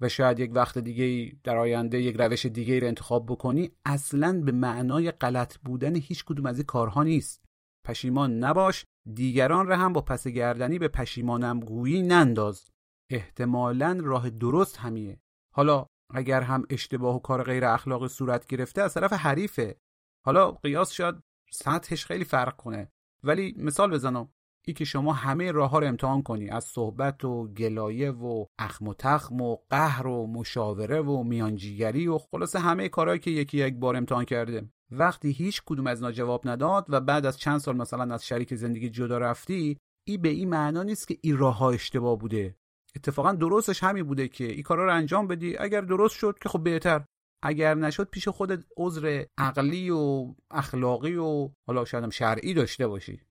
[SPEAKER 6] و شاید یک وقت دیگه در آینده یک روش دیگه رو انتخاب بکنی، اصلاً به معنای غلط بودن هیچ کدوم از این کارها نیست. پشیمان نباش، دیگران را هم با پس گردنی به پشیمانم گویی ننداز. احتمالاً راه درست همیه. حالا اگر هم اشتباه و کار غیر اخلاقی صورت گرفته از طرف حریفه. حالا قیاس شاید سطحش خیلی فرق کنه، ولی مثال بزنم، ای که شما همه راه ها رو امتحان کنی، از صحبت و گلایه و اخم و تخم و قهر و مشاوره و میانجیگری و خلاصه همه کارهایی که یکی یک بار امتحان کرده، وقتی هیچ کدوم از اینا جواب نداد و بعد از چند سال مثلا از شریک زندگی جدا رفتی، ای به این معنا نیست که این راه ها اشتباه بوده. اتفاقا درستش همین بوده که این کارا رو انجام بدی. اگر درست شد که خب بهتر، اگر نشد پیش خودت عذر عقلی و اخلاقی و حالا شاید هم شرعی داشته باشی.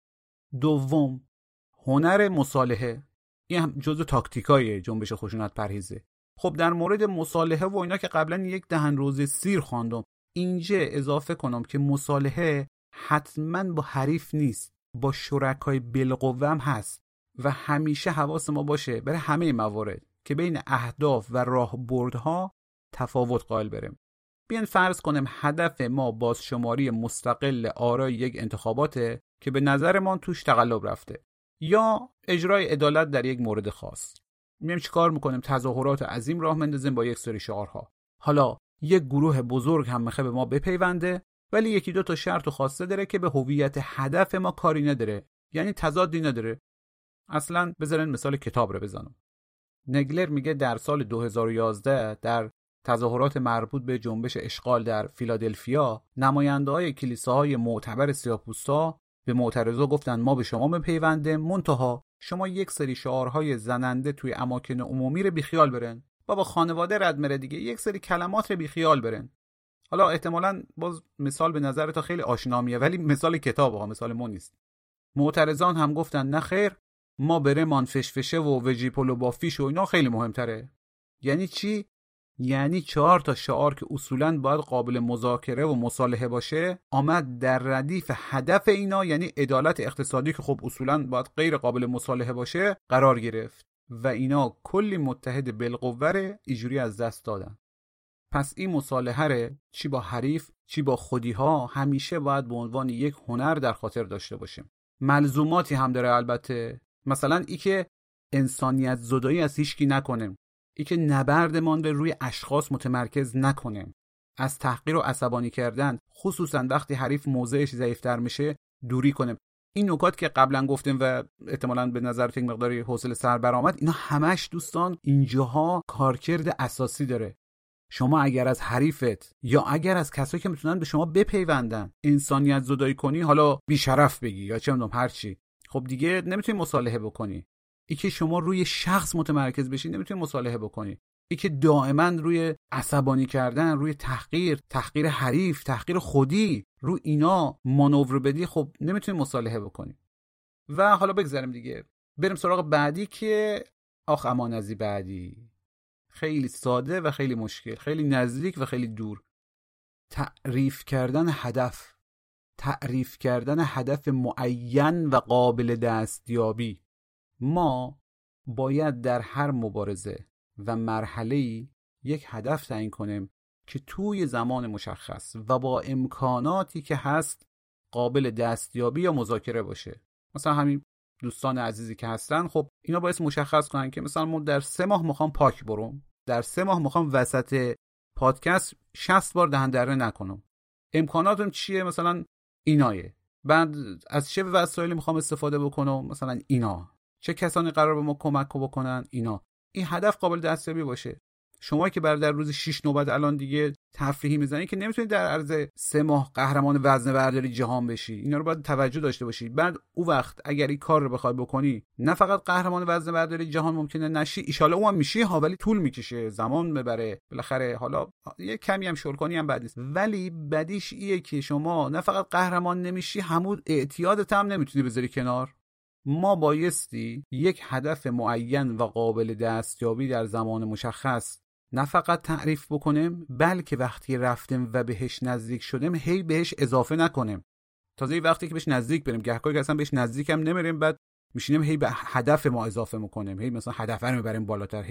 [SPEAKER 6] دوم، هنر مصالحه. این هم جزو تاکتیکای جنبش خشونت پرهیزه. خب در مورد مصالحه و اینا که قبلا یک دهن روز سیر خواندم، اینجا اضافه کنم که مصالحه حتما با حریف نیست، با شرکای بالقوه هم هست و همیشه حواس ما باشه برای همه موارد که بین اهداف و راهبردها تفاوت قائل بریم. بیاین فرض کنیم هدف ما بازشماری مستقل آرای یک انتخاباته که به نظرمان توش تقلب رفته، یا اجرای عدالت در یک مورد خاص. میایم چیکار میکنیم؟ تظاهرات عظیم راه مندازیم با یک سری شعارها. حالا یک گروه بزرگ هم میخواد به ما بپیونده، ولی یکی دو تا شرط و خواسته داره که به هویت هدف ما کاری نداره، یعنی تضادی نداره. اصلا بذارین مثال کتاب رو بزنم. نگلر میگه در سال دو هزار و یازده در تظاهرات مربوط به جنبش اشغال در فیلادلفیا، نماینده‌های کلیساهای معتبر سیاه‌پوستا به معترضا گفتن ما به شما میپیوندیم، منتها شما یک سری شعارهای زننده توی اماکن عمومی رو بیخیال برن. بابا خانواده رد مره دیگه، یک سری کلمات رو بیخیال برن. حالا احتمالاً باز مثال به نظر تا خیلی آشنا میاد، ولی مثال کتابه ها، مثال ما نیست. معترضان هم گفتن نه خیر، ما برمان فشفشه و وجیپولو با فیش و اینا خیلی مهمتره. یعنی چی؟ یعنی چهار تا شعار که اصولاً باید قابل مذاکره و مصالحه باشه آمد در ردیف هدف اینا، یعنی عدالت اقتصادی که خب اصولاً باید غیر قابل مصالحه باشه قرار گرفت و اینا کلی متحد بالقوه اینجوری از دست دادن. پس این مصالحه ره چی با حریف چی با خودی‌ها همیشه باید به عنوان یک هنر در خاطر داشته باشیم. ملزوماتی هم داره البته، مثلا ای که انسانیت زدایی از هیچکی نکنیم، ای که نبردمان به روی اشخاص متمرکز نکنیم، از تحقیر و عصبانی کردن خصوصا وقتی حریف موضعش ضعیف‌تر میشه دوری کنیم. این نکات که قبلا گفتیم و احتمالاً به نظر یک مقداری حوصله سر برآمد، اینا همش دوستان اینجاها کارکرد اساسی داره. شما اگر از حریفت یا اگر از کسایی که میتونن به شما بپیوندن انسانیت زدایی کنی، حالا بیشرف بگی یا چه میدونم هر چی، خب دیگه نمیتونی مصالحه بکنی. ای که شما روی شخص متمرکز بشی نمیتونی مصالحه بکنی. ای که دائما روی عصبانی کردن، روی تحقیر، تحقیر حریف، تحقیر خودی، رو اینا مانور بدی، خب نمیتونی مصالحه بکنی. و حالا بگذاریم دیگه، بریم سراغ بعدی که آخ امان ازی بعدی. خیلی ساده و خیلی مشکل، خیلی نزدیک و خیلی دور. تعریف کردن هدف. تعریف کردن هدف معین و قابل دستیابی. ما باید در هر مبارزه و مرحله‌ای یک هدف تعیین کنیم که توی زمان مشخص و با امکاناتی که هست قابل دستیابی یا مذاکره باشه. مثلا همین دوستان عزیزی که هستن، خب اینا باید مشخص کنن که مثلا ما در سه ماه میخوام پاک بروم، در سه ماه میخوام وسط پادکست شصت بار دهن دره نکنم. امکاناتم چیه؟ مثلا اینایه. بعد از چه وسایلی میخوام استفاده بکنم؟ مثلا اینا. چه کسانی قرار به ما کمک بکنن؟ اینا. این هدف قابل دستیابی باشه. شما که بر در روز شش نوبت الان دیگه تفریحی میزنی که نمیتونید در عرض سه ماه قهرمان وزنه برداری جهان بشی. اینا رو باید توجه داشته باشی. بعد اون وقت اگر این کار رو بخوای بکنی، نه فقط قهرمان وزنه برداری جهان ممکنه نشی، ان شاءالله اونم میشی ها، ولی طول میکشه، زمان میبره. بالاخره حالا یه کمی هم شلکنی هم بد نیست، ولی بدیش اینه که شما نه فقط قهرمان نمیشی، همون اعتیادت هم نمیتونی بذاری کنار. ما بایستی یک هدف معین و قابل دستیابی در زمان مشخص نه فقط تعریف بکنیم، بلکه وقتی رفتیم و بهش نزدیک شدیم هی بهش اضافه نکنیم. تازه وقتی که بهش نزدیک بریم، گهگاهی که اصلا بهش نزدیک هم نمیریم، بعد میشینیم هی به هدف ما اضافه میکنیم، هی مثلا هدف رو میبریم بالاتر، هی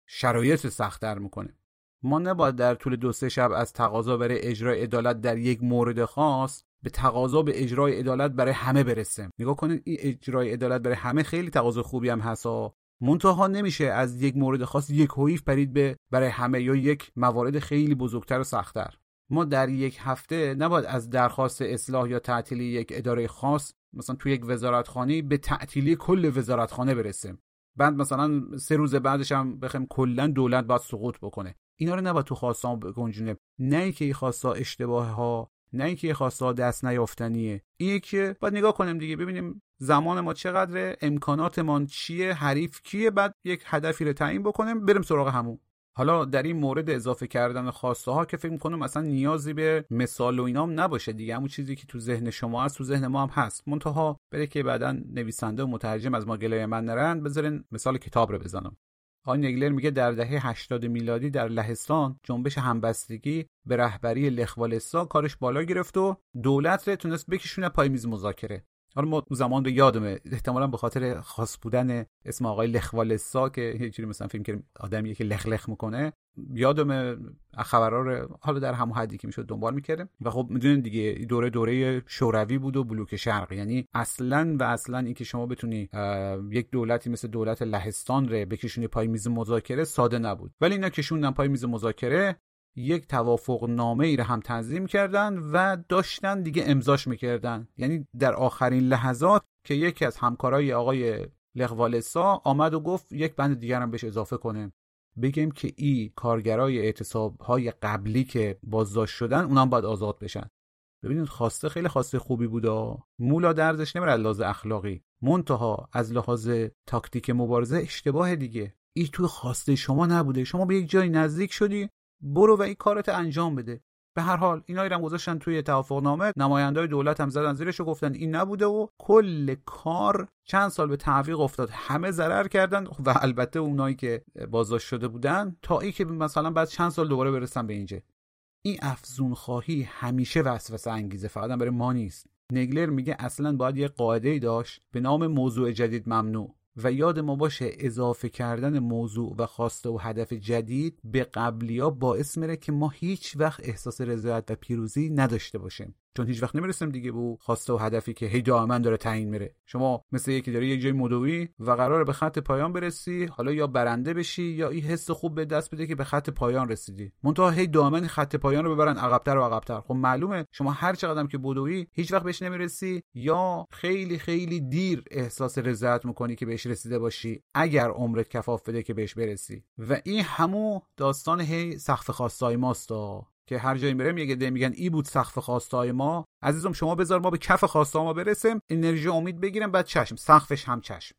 [SPEAKER 6] شرایط سخت‌تر میکنه. ما نباید در طول دو سه شب از تقاضا برای اجرای عدالت در یک مورد خاص به تقاضا به اجرای عدالت برای همه برسیم. نگاه کنید این اجرای عدالت برای همه خیلی تقاضا خوبی هم هست، منتها نمیشه از یک مورد خاص یک هویف پرید به برای همه یا یک موارد خیلی بزرگتر و سخت‌تر. ما در یک هفته نباید از درخواست اصلاح یا تعطیلی یک اداره خاص مثلا توی یک وزارتخانه به تعطیلی کل وزارتخانه برسیم. بعد مثلا سه روز بعدش هم بخوایم کلا دولت باید سقوط بکنه. اینا رو نباید تو خواسته‌ها بگنجونیم. نه اینکه این خواسته اشتباه ها، نه اینکه خواسته دست نیافتنیه. اینه که باید نگاه کنیم دیگه، ببینیم زمان ما چقدره، امکاناتمون چیه، حریف کیه، بعد یک هدفی رو تعیین بکنیم بریم سراغ همون. حالا در این مورد اضافه کردن خواسته ها که فکر می‌کنم مثلا نیازی به مثال و اینام نباشه دیگه، همون چیزی که تو ذهن شما هست تو ذهن ما هم هست. منتها بره که بعداً نویسنده و مترجم از ما گلای من نرن، بذارین مثال کتاب رو بزنم. آقای نگلر میگه در دهه هشتاد میلادی در لهستان جنبش همبستگی به رهبری لخ والسا کارش بالا گرفت و دولت رو تونست بکشونه پای میز مذاکره. حالا ما زمان به یادمه، احتمالاً به خاطر خاص بودن اسم آقای لخ والسا که یه جوری مثلا فکر کنم آدمیه که لخ لخ میکنه، یادمه خبرها رو حالا در همون حدی که میشد دنبال میکردیم. و خب میدونین دیگه دوره دوره شوروی بود و بلوک شرق، یعنی اصلاً و اصلاً اینکه شما بتونی یک دولتی مثل دولت لهستان رو بکشونی پای میز مذاکره ساده نبود. ولی اینا کشوندن پای میز مذاکره، یک توافق نامه ای رو هم تنظیم کردن و داشتن دیگه امضاش میکردن. یعنی در آخرین لحظات که یکی از همکارای آقای لخ والسا آمد و گفت یک بند دیگر هم بهش اضافه کنه، بگیم که ای کارگرای اعتصاب‌های قبلی که بازداشت شدن اونم باید آزاد بشن. ببینید خواسته خیلی خواسته خوبی بودا، مولا درزش نمیره از لحاظ اخلاقی، منتها از لحاظ تاکتیک مبارزه اشتباه دیگه. ای تو خواسته شما نبوده، شما به یک جای نزدیک شدی، برو و این کارت انجام بده. به هر حال اینا رو گذاشتن توی توافقنامه، نمایندای دولت هم زدن زیرش و گفتن این نبوده و کل کار چند سال به تعویق افتاد، همه ضرر کردن و البته اونایی که بازداشت شده بودن تا ای که مثلا بعد چند سال دوباره برسن به اینجا. این افزون خواهی همیشه وسوسه انگیزه، فقط هم برای ما نیست. نگلر میگه اصلا باید یه قاعده‌ای داشت به نام موضوع جدید ممنوع و یاد ما باشه اضافه کردن موضوع و خواسته و هدف جدید به قبلی‌ها باعث میره که ما هیچ وقت احساس رضایت و پیروزی نداشته باشیم، چون هیچ وقت نمیرسیم دیگه به خواسته و هدفی که هی دائما داره تعیین میره. شما مثل یکی داره یک جای مدوی و قراره به خط پایان برسی، حالا یا برنده بشی یا این حس خوب به دست بده که به خط پایان رسیدی، منتها هی دائما خط پایان رو ببرن عقب‌تر و عقب‌تر. خب معلومه شما هر چقدرم که بدوی هیچ وقت بهش نمیرسی یا خیلی خیلی دیر احساس رضایت میکنی که بهش رسیده باشی اگر عمرت کفاف بده که بهش برسی. و این همون داستان هی سقف خواستای ماست که هر جایی میرم یه گده میگن ای بود سقف خواستای ما. عزیزم شما بذار ما به کف خواستای ما برسیم، انرژی امید بگیریم، بعد چشم سقفش هم چشم.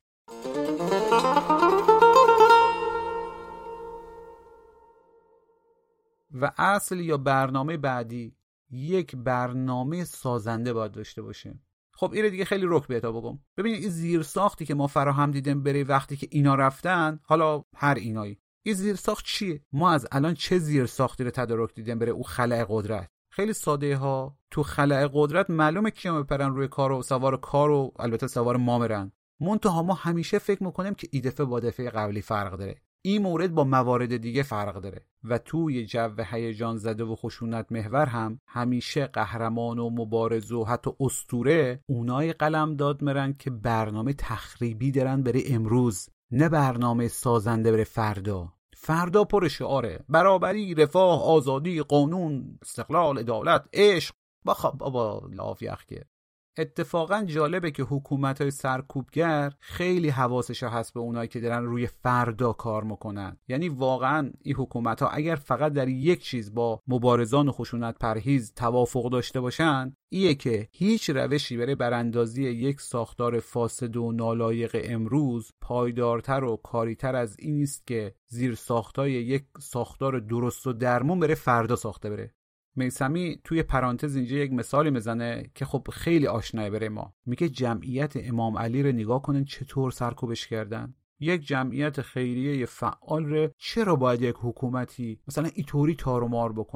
[SPEAKER 6] و اصل یا برنامه بعدی یک برنامه سازنده باید داشته باشه. خب این دیگه خیلی رک بهتا بگم. ببینید این زیر ساختی که ما فراهم دیدیم برای وقتی که اینا رفتن، حالا هر اینایی، این زیر ساخت چیه؟ ما از الان چه زیر ساختی رو تدارک دیدیم برای او خلأ قدرت؟ خیلی ساده ها. تو خلأ قدرت معلومه کیا میپرن روی کار و سوار کار و البته سوار ما میرن. منتها ما همیشه فکر میکنیم که این دفعه با دفعه قبلی فرق داره، این مورد با موارد دیگه فرق داره. و توی جو هیجان زده و خشونت محور هم همیشه قهرمان و مبارز و حتی اسطوره اونای قلم داد میرن که برنامه تخریبی دارن برای امروز، نه برنامه سازنده برای فردا. فردا پر شعاره برابری، رفاه، آزادی، قانون، استقلال، عدالت، عشق. بخواب بابا لاف یخ که. اتفاقا جالبه که حکومت‌های سرکوبگر خیلی حواسش هست به اونایی که دارن روی فردا کار میکنن. یعنی واقعا این حکومت‌ها اگر فقط در یک چیز با مبارزان و خشونت پرهیز توافق داشته باشن، ایه که هیچ روشی برای براندازی یک ساختار فاسد و نالایق امروز پایدارتر و کاریتر از این است که زیر ساختای یک ساختار درست و درمون برای فردا ساخته بره. میثمی توی پرانتز اینجا یک مثالی میزنه که خب خیلی آشناه برای ما. میگه جمعیت امام علی رو نگاه کنن چطور سرکوبش کردن. یک جمعیت خیریه فعال رو چرا باید یک حکومتی مثلا اینطوری تار و مار بکنه؟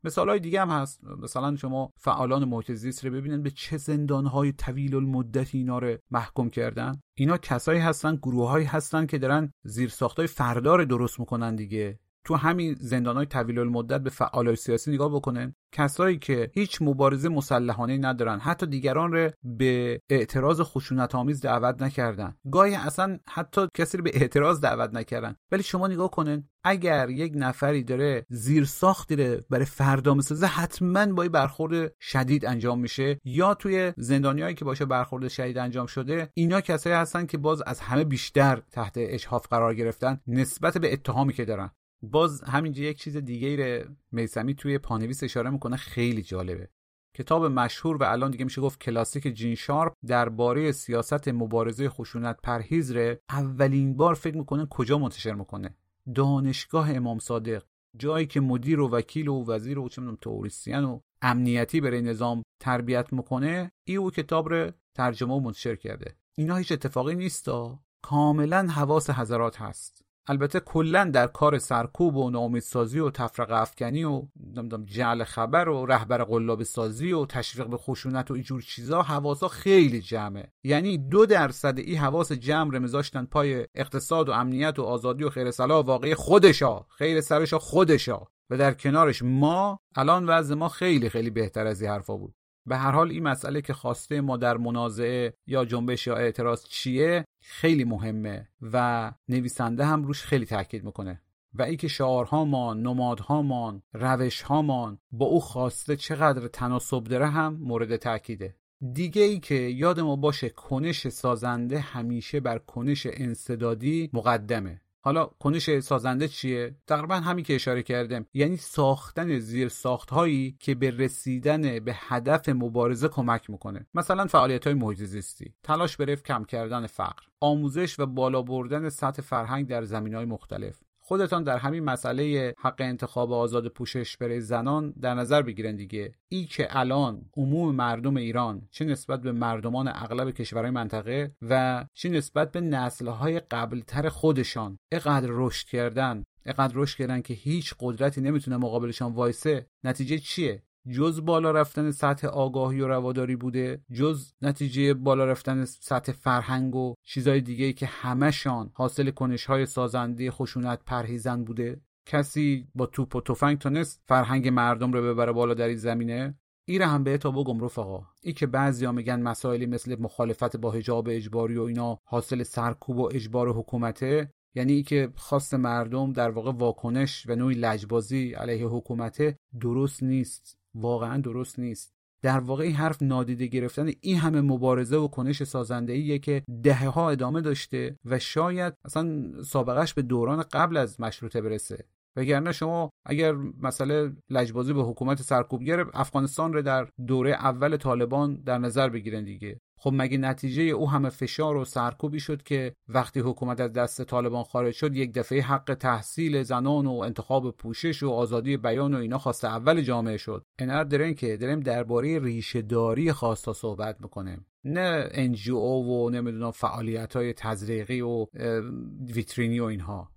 [SPEAKER 6] مثالای دیگه هم هست. مثلا شما فعالان محیط زیست رو ببینید به چه زندان‌های طویل المدت اینا رو محکوم کردن. اینا کسایی هستن، گروه‌هایی هستن که دارن زیرساختای فردا رو درست میکنن دیگه. تو همین زندان‌های طویل المدت به فعالای سیاسی نگاه بکنن، کسایی که هیچ مبارزه مسلحانه‌ای ندارن، حتی دیگران رو به اعتراض خشونت‌آمیز دعوت نکردن، گاهی اصلا حتی کسی رو به اعتراض دعوت نکردن. ولی شما نگاه کنن، اگر یک نفری داره زیرساختی رو برای فردا میسازه، حتما با برخورد شدید انجام میشه. یا توی زندانیایی که باشه برخورد شدید انجام شده، اینا کسایی هستن که باز از همه بیشتر تحت اجحاف قرار گرفتن نسبت به اتهامی که دارن. باز همینجا یک چیز دیگه‌ای رو میثمی توی پانویس اشاره میکنه، خیلی جالبه. کتاب مشهور و الان دیگه میشه گفت کلاسیک جین شارپ درباره سیاست مبارزه خشونت پرهیز رو اولین بار فکر میکنه کجا منتشر میکنه؟ دانشگاه امام صادق، جایی که مدیر و وکیل و وزیر و چه میدونم تئوریسین و امنیتی برای نظام تربیت میکنه. این او کتاب رو ترجمه و منتشر کرده. اینا هیچ اتفاقی نیستا، کاملا حواس حضرات هست. البته کلا در کار سرکوب و ناامیدسازی و تفرقه افکنی و نمیدونم جعل خبر و رهبر قلاب سازی و تشویق به خشونت و اینجور چیزا حواسا خیلی جمعه. یعنی دو درصد این حواس جمع رو میذاشتن پای اقتصاد و امنیت و آزادی و خیر صلاح واقعی خودشا، خیر سرشا خودشا، و در کنارش ما الان وضع ما خیلی خیلی بهتر از این حرفا بود. به هر حال این مسئله که خواسته ما در منازعه یا جنبش یا اعتراض چیه خیلی مهمه و نویسنده هم روش خیلی تاکید میکنه. و ای که شعارهامان، نمادهامان، روشهامان با او خواسته چقدر تناسب داره هم مورد تاکیده. دیگه ای که یاد ما باشه کنش سازنده همیشه بر کنش انسدادی مقدمه. حالا کنش سازنده چیه؟ تقریبا همین که اشاره کردم، یعنی ساختن زیر ساخت‌هایی که به رسیدن به هدف مبارزه کمک میکنه. مثلا فعالیت‌های محیط زیستی، تلاش برای کم کردن فقر، آموزش و بالا بردن سطح فرهنگ در زمینه‌های مختلف. خودتان در همین مسئله حق انتخاب آزاد پوشش برای زنان در نظر بگیرن دیگه. ای که الان عموم مردم ایران چه نسبت به مردمان اغلب کشورهای منطقه و چه نسبت به نسل‌های قبلتر خودشان اینقدر رشد کردن، اینقدر رشد کردن که هیچ قدرتی نمیتونه مقابلشان وایسه، نتیجه چیه؟ جز بالا رفتن سطح آگاهی و رواداری بوده، جز نتیجه بالا رفتن سطح فرهنگ و چیزای دیگه‌ای که همشان حاصل کنش‌های سازنده خشونت پرهیزن بوده. کسی با توپ و تفنگ تونست فرهنگ مردم رو ببره بالا در این زمینه؟ این رو هم به تا بگم رفقا، ای که بعضیا میگن مسائلی مثل مخالفت با حجاب اجباری و اینا حاصل سرکوب و اجبار حکومته، یعنی ای که خواست مردم در واقع واکنش و نوعی لجبازی علیه حکومته، درست نیست. واقعا درست نیست. در واقع این حرف نادیده گرفتن این همه مبارزه و کنش سازنده‌ایه که دهه‌ها ادامه داشته و شاید اصلا سابقش به دوران قبل از مشروطه برسه. وگرنه شما اگر مسئله لجبازی به حکومت سرکوبگر افغانستان رو در دوره اول طالبان در نظر بگیرن دیگه، خب مگه نتیجه او همه فشار و سرکوبی شد که وقتی حکومت از دست طالبان خارج شد یک دفعه حق تحصیل زنان و انتخاب پوشش و آزادی بیان و اینا خواست اول جامعه شد؟ اینر درن که داریم درباره ریشه داری خواستا صحبت میکنیم، نه ان جی او و نمیدونم فعالیت‌های تزریقی و ویترینی و اینها.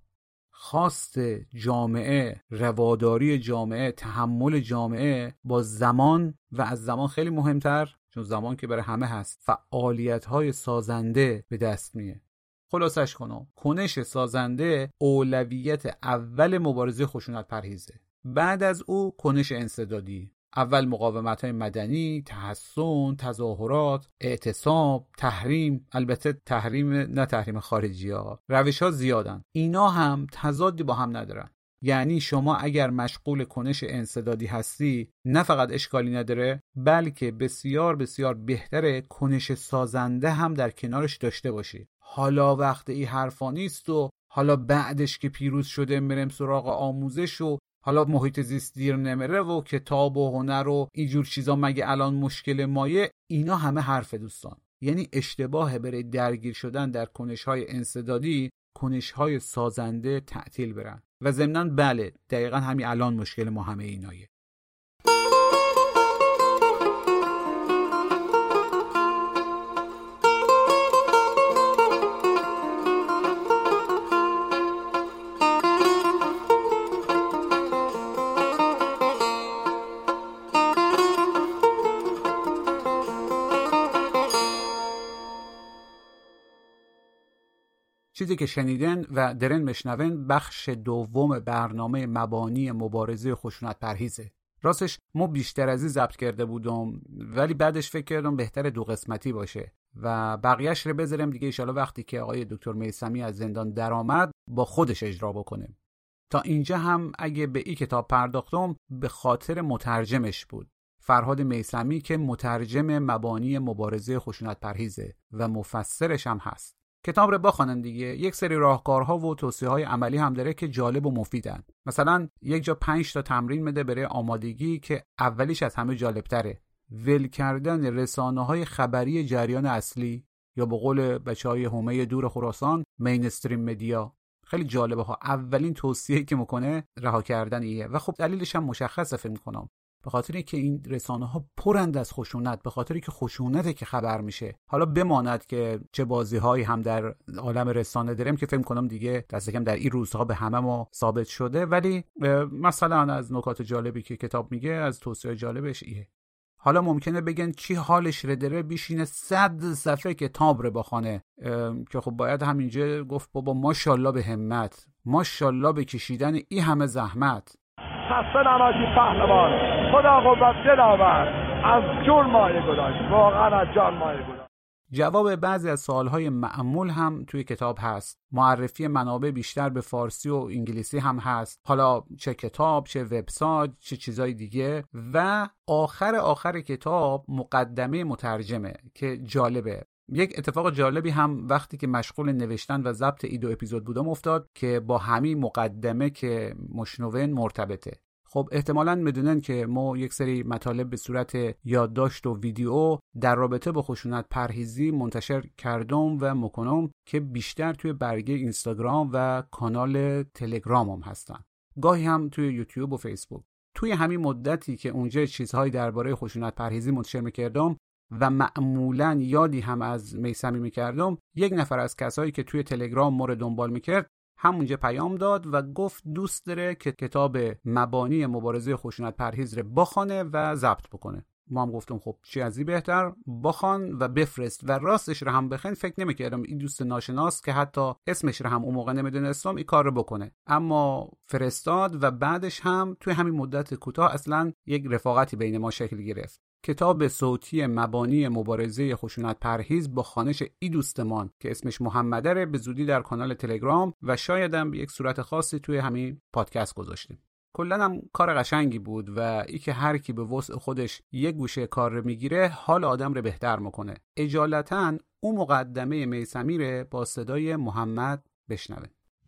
[SPEAKER 6] خواست جامعه، رواداری جامعه، تحمل جامعه با زمان و از زمان خیلی مهمتر، چون زمان که برای همه هست، فعالیت‌های سازنده به دست میه. خلاصش کنم، کنش سازنده اولویت اول مبارزه خشونت پرهیزه. بعد از او کنش انسدادی. اول مقاومت‌های مدنی، تحصن، تظاهرات، اعتصاب، تحریم، البته تحریم نه تحریم خارجی ها. روش‌ها زیادن. اینا هم تضادی با هم ندارن. یعنی شما اگر مشغول کنش انسدادی هستی، نه فقط اشکالی نداره، بلکه بسیار بسیار بهتره کنش سازنده هم در کنارش داشته باشی. حالا وقت این حرفا نیست و حالا بعدش که پیروز شده میرم سراغ آموزش و حالا محیط زیست دیر نمیره و کتاب و هنر و اینجور چیزا مگه الان مشکل مایه. اینا همه حرف دوستان. یعنی اشتباه برای درگیر شدن در کنش‌های انسدادی کنش‌های سازنده تعطیل برن. و ضمناً بله دقیقاً همین الان مشکل ما همه اینایه. چیزی که شنیدن و درن مشنون بخش دوم برنامه مبانی مبارزه خشونت پرهیزه. راستش ما بیشتر از این ضبط کرده بودم ولی بعدش فکر کردم بهتر دو قسمتی باشه و بقیه‌اش رو بذارم دیگه ان شاءالله وقتی که آقای دکتر میثمی از زندان درآمد با خودش اجرا بکنه. تا اینجا هم اگه به این کتاب پرداختم به خاطر مترجمش بود، فرهاد میثمی که مترجم مبانی مبارزه خشونت پرهیزه و مفسرش هم هست. کتاب رو بخونن دیگه. یک سری راهکارها و توصیه‌های عملی هم داره که جالب و مفیدن. مثلا یک جا پنج تا تمرین میده برای آمادگی که اولیش از همه جالبتره. ول کردن رسانه‌های خبری جریان اصلی یا به قول بچه‌های حومه دور خراسان مینستریم مدیا. خیلی جالبه ها. اولین توصیه که میکنه رها کردن ایه و خب دلیلش هم مشخصه فکر میکنم. به خاطر اینکه این رسانه‌ها پرند از خشونت، به خاطر اینکه خشونته که خبر میشه. حالا بماند که چه بازی‌هایی هم در عالم رسانه داریم که فکر کنم دیگه دست کم در این روزها به همه ما ثابت شده، ولی مثلا از نکات جالبی که کتاب میگه، از توصیه جالبش ایه. حالا ممکنه بگن چی حالش رو داره بشینه صد صفحه کتاب رو بخونه، که خب باید همینجا گفت بابا ماشاءالله به همت، ماشاءالله به کشیدن این همه زحمت.
[SPEAKER 8] خسته نباشی پهلوان، خدا قوت دلاور، از جون مایه گذاشت، واقعا از جان مایه گذاشت.
[SPEAKER 6] جواب بعضی از سوالهای معمول هم توی کتاب هست. معرفی منابع بیشتر به فارسی و انگلیسی هم هست، حالا چه کتاب، چه وبسایت، چه چیزای دیگه. و آخر آخر کتاب مقدمه مترجمه که جالبه. یک اتفاق جالبی هم وقتی که مشغول نوشتن و ضبط این دو اپیزود بودم افتاد که با همین مقدمه که مشنون مرتبطه. خب احتمالاً میدونن که ما یک سری مطالب به صورت یادداشت و ویدیو در رابطه با خشونت پرهیزی منتشر کردم و میکنم که بیشتر توی برگه اینستاگرام و کانال تلگرام هم هستن، گاهی هم توی یوتیوب و فیسبوک. توی همین مدتی که اونجا چیزهایی درباره خشونت پرهیزی منتشر میکردم و معمولاً یادی هم از میثمی میکردم، یک نفر از کسایی که توی تلگرام ما رو دنبال میکرد همونجا پیام داد و گفت دوست داره که کتاب مبانی مبارزه خشونت پرهیز رو بخونه و ضبط بکنه. ما هم گفتم خب چی از این بهتر، بخوان و بفرست. و راستش رو هم بخین فکر نمی‌کردم این دوست ناشناس که حتی اسمش رو هم اون موقع نمیدونستم این کار رو بکنه، اما فرستاد و بعدش هم توی همین مدت کوتاه اصلا یک رفاقتی بین ما شکل گرفت. کتاب صوتی مبانی مبارزه خشونت پرهیز با خوانش ای دوستمان که اسمش محمده رو به زودی در کانال تلگرام و شاید هم به یک صورت خاصی توی همین پادکست گذاشتیم. کلاً هم کار قشنگی بود و ای که هر کی به وسع خودش یک گوشه کار رو میگیره حال آدم رو بهتر میکنه. اجالتاً اون مقدمه میثمی رو با صدای محمد بشنوه.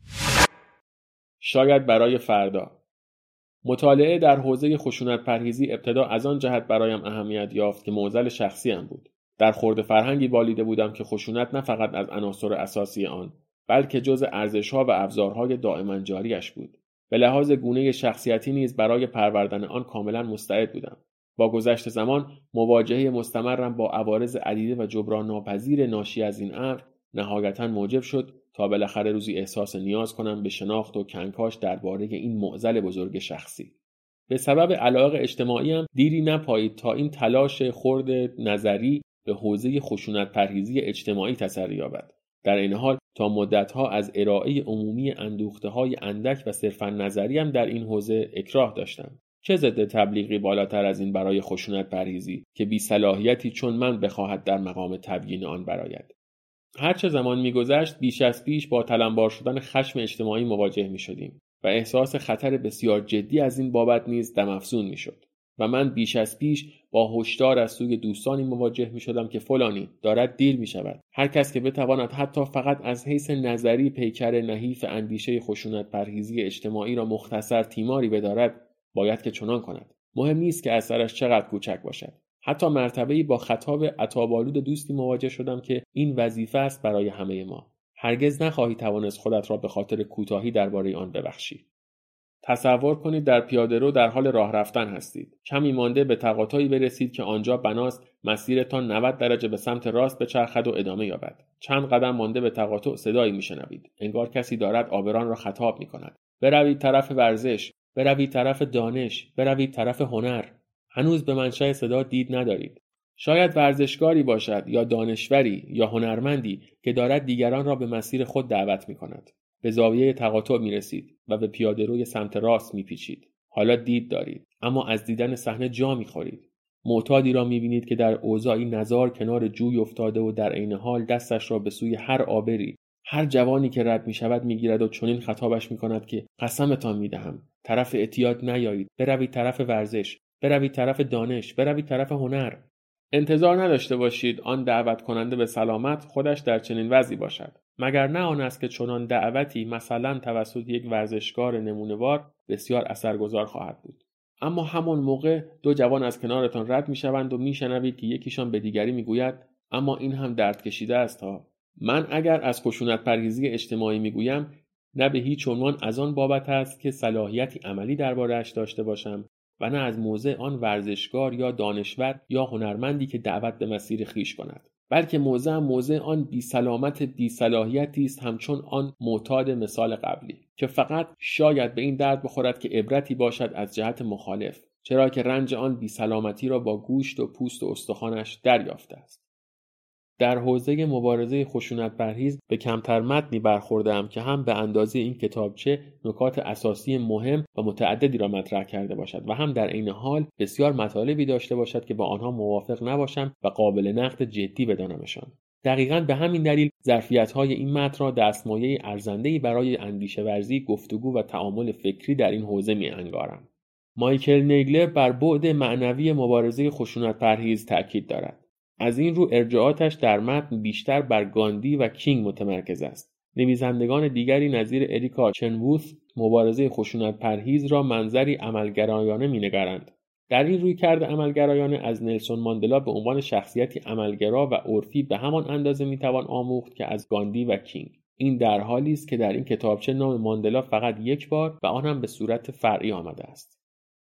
[SPEAKER 12] شاید برای فردا. مطالعه در حوزه خشونت پرهیزی ابتدا از آن جهت برایم اهمیت یافت که معضل شخصی ام بود. در خورد فرهنگی بالیده بودم که خشونت نه فقط از عناصر اساسی آن، بلکه جزء ارزش‌ها و ابزارهای دائما جاریش بود. به لحاظ گونه شخصیتی نیز برای پروردن آن کاملا مستعد بودم. با گذشت زمان مواجهه مستمرم با عوارض عدیده و جبران ناپذیر ناشی از این امر نهایتاً موجب شد تا بالاخره روزی احساس نیاز کنم به شناخت و کنکاش درباره این معضل بزرگ شخصی. به سبب علاقه اجتماعیم دیری نپایید تا این تلاش خرد نظری به حوزه خشونت پرهیزی اجتماعی تسری یابد. در این حال تا مدتها از ارائه عمومی اندوخته‌های اندک و صرفاً نظریم در این حوزه اکراه داشتم. چه ضد تبلیغی بالاتر از این برای خشونت پرهیزی که بی صلاحیتی چون من بخواهد در مقام تبیین آن برآید. هر چه زمان می‌گذشت بیش از پیش با تلمبار شدن خشم اجتماعی مواجه می‌شدیم و احساس خطر بسیار جدی از این بابت نیز دم افزون می‌شد و من بیش از پیش با هشدار از سوی دوستانی مواجه می‌شدم که فلانی دارد دیر می‌شود. هر کس که بتواند حتی فقط از حیث نظری پیکر نحیف اندیشه خشونت پرهیزی اجتماعی را مختصر تیماری بدارد باید که چنان کند. مهم نیست که اثرش چقدر کوچک باشد. حتی مرتبه‌ای با خطاب عطاب‌آلود دوستی مواجه شدم که این وظیفه است برای همه ما. هرگز نخواهی توانست خودت را به خاطر کوتاهی درباره آن ببخشی. تصور کنید در پیاده‌رو در حال راه رفتن هستید. کمی مانده به تقاطعی برسید که آنجا بناست مسیرتان نود درجه به سمت راست بچرخد و ادامه یابد. چند قدم مانده به تقاطع صدایی میشنوید. انگار کسی دارد عابران را خطاب می‌کند. بروید طرف ورزش، بروید طرف دانش، بروید طرف هنر. هنوز به منشأ صدا دید ندارید. شاید ورزشکاری باشد یا دانشوری یا هنرمندی که دارد دیگران را به مسیر خود دعوت می‌کند. به زاویه تقاطع می‌رسید و به پیاده‌روی سمت راست می‌پیچید. حالا دید دارید، اما از دیدن صحنه جا می‌خورید. معتادی را می‌بینید که در اوضاعی نزار کنار جوی افتاده و در عین حال دستش را به سوی هر آبری، هر جوانی که رد می‌شود می‌گیرد و چنین خطابش می‌کند که قسمتان می‌دهم طرف اعتیاد نیایید، بروید طرف ورزش، بروید طرف دانش، بروید طرف هنر. انتظار نداشته باشید آن دعوت کننده به سلامت خودش در چنین وضعی باشد، مگر نه آن است که چنان دعوتی مثلا توسط یک ورزشکار نمونه‌وار بسیار اثرگذار خواهد بود. اما همون موقع دو جوان از کنارتان رد می‌شوند و می‌شنوید که یکیشان به دیگری می‌گوید اما این هم درد کشیده است ها. من اگر از خشونت پرهیزی اجتماعی می‌گویم نه به هیچ عنوان از آن بابت است که صلاحیتی عملی درباره‌اش داشته باشم و نه از موضع آن ورزشکار یا دانشور یا هنرمندی که دعوت به مسیر خویش کند، بلکه موضع موضع آن بی سلامت بی صلاحیتی است همچون آن معتاد مثال قبلی که فقط شاید به این درد بخورد که عبرتی باشد از جهت مخالف، چرا که رنج آن بی سلامتی را با گوشت و پوست و استخوانش دریافته است. در حوزه مبارزه خشونت پرهیز به کمتر متنی برخورده‌ام که هم به اندازه این کتابچه نکات اساسی مهم و متعددی را مطرح کرده باشد و هم در عین حال بسیار مطالبی داشته باشد که با آنها موافق نباشم و قابل نقد جدی بدانمشان. دقیقاً به همین دلیل ظرفیت‌های این متن را دستمایه ارزنده‌ای برای اندیشه ورزی، گفتگو و تعامل فکری در این حوزه می‌انگارم. مایکل نیگلر بر بعد معنوی مبارزه خشونت پرهیز تأکید دارد. از این رو ارجاعاتش در متن بیشتر بر گاندی و کینگ متمرکز است. نویسندگان دیگری نظیر اریکا چنووث مبارزه خشونت پرهیز را منظری عملگرایانه می‌نگرند. در این رویکرد عملگرایانه از نلسون ماندلا به عنوان شخصیتی عملگرا و عرفی به همان اندازه می‌توان آموخت که از گاندی و کینگ. این در حالی است که در این کتابچه نام ماندلا فقط یک بار و آن هم به صورت فرعی آمده است.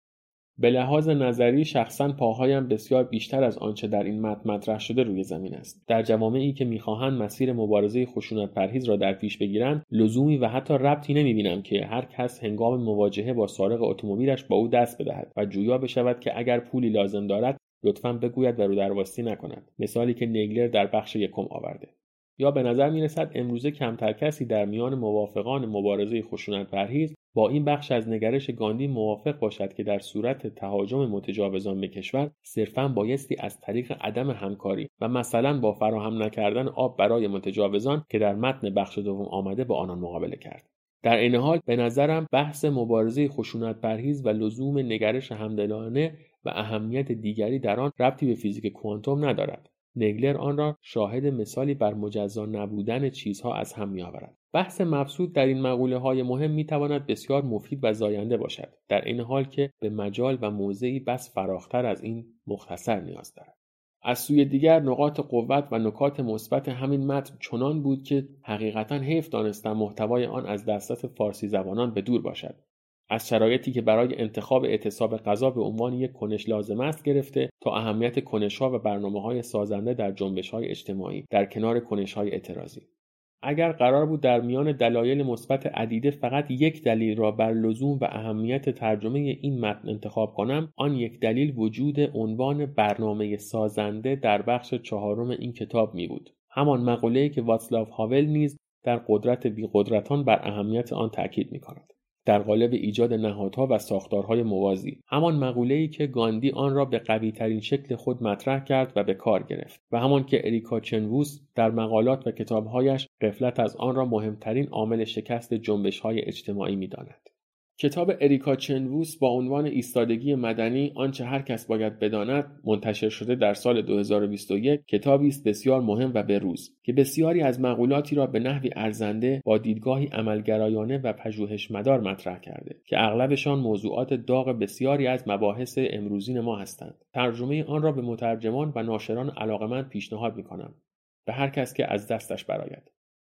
[SPEAKER 12] به لحاظ نظری شخصاً پاهایم بسیار بیشتر از آنچه در این متن مطرح شده روی زمین است. در جوامعی که می‌خواهند مسیر مبارزه خشونت پرهیز را در پیش بگیرند، لزومی و حتی ربطی نمی‌بینم که هر کس هنگام مواجهه با سارق اتومبیلش با او دست بدهد و جویا بشود که اگر پولی لازم دارد لطفاً بگوید و رو درباستی نکند. مثالی که نیگلر در بخش یکم آورده. یا به نظر می‌رسد امروزه کمتر کسی در میان موافقان مبارزه خشونت پرهیز با این بخش از نگرش گاندی موافق باشد که در صورت تهاجم متجاوزان به کشور صرفاً بایستی از طریق عدم همکاری و مثلا با فراهم نکردن آب برای متجاوزان که در متن بخش دوم آمده با آنان مقابله کرد. در این حال به نظرم بحث مبارزه خشونت پرهیز و لزوم نگرش همدلانه و اهمیت دیگری در آن ربطی به فیزیک کوانتوم ندارد. نیگلر آن را شاهد مثالی بر مجزا نبودن چیزها از هم می‌آورد. بحث مبسوط در این مقوله‌های مهم می‌تواند بسیار مفید و زاینده باشد، در این حال که به مجال و موضعی بس فراختر از این مختصر نیاز دارد. از سوی دیگر نقاط قوت و نکات مثبت همین متن چنان بود که حقیقتاً حیف دانستم محتوای آن از دسترس فارسی زبانان به دور باشد. از شرایطی که برای انتخاب اعتصاب غذا به عنوان یک کنش لازم است گرفته تا اهمیت کنش‌ها و برنامه‌های سازنده در جنبش‌های اجتماعی در کنار کنش‌های اعتراضی. اگر قرار بود در میان دلایل مثبت عدیده فقط یک دلیل را بر لزوم و اهمیت ترجمه این متن انتخاب کنم، آن یک دلیل وجود عنوان برنامه سازنده در بخش چهارم این کتاب می بود. همان مقوله‌ای که واتسلاو هاول نیز در قدرت بی‌قدرتان بر اهمیت آن تاکید می‌کند. در قالب ایجاد نهادها و ساختارهای موازی، همان مقوله‌ای که گاندی آن را به قوی‌ترین شکل خود مطرح کرد و به کار گرفت و همان که اریکا چنووث در مقالات و کتاب‌هایش غفلت از آن را مهمترین عامل شکست جنبش‌های اجتماعی می‌داند. کتاب اریکا چنووث با عنوان ایستادگی مدنی آنچه هر کس باید بداند منتشر شده در سال دو هزار و بیست و یک، کتابی است بسیار مهم و بروز که بسیاری از مقولاتی را به نحوی ارزنده با دیدگاهی عملگرایانه و پژوهش‌مدار مطرح کرده که اغلبشان موضوعات داغ بسیاری از مباحث امروزین ما هستند. ترجمه آن را به مترجمان و ناشران علاقه‌مند پیشنهاد می‌کنم، به هر کس که از دستش برآید.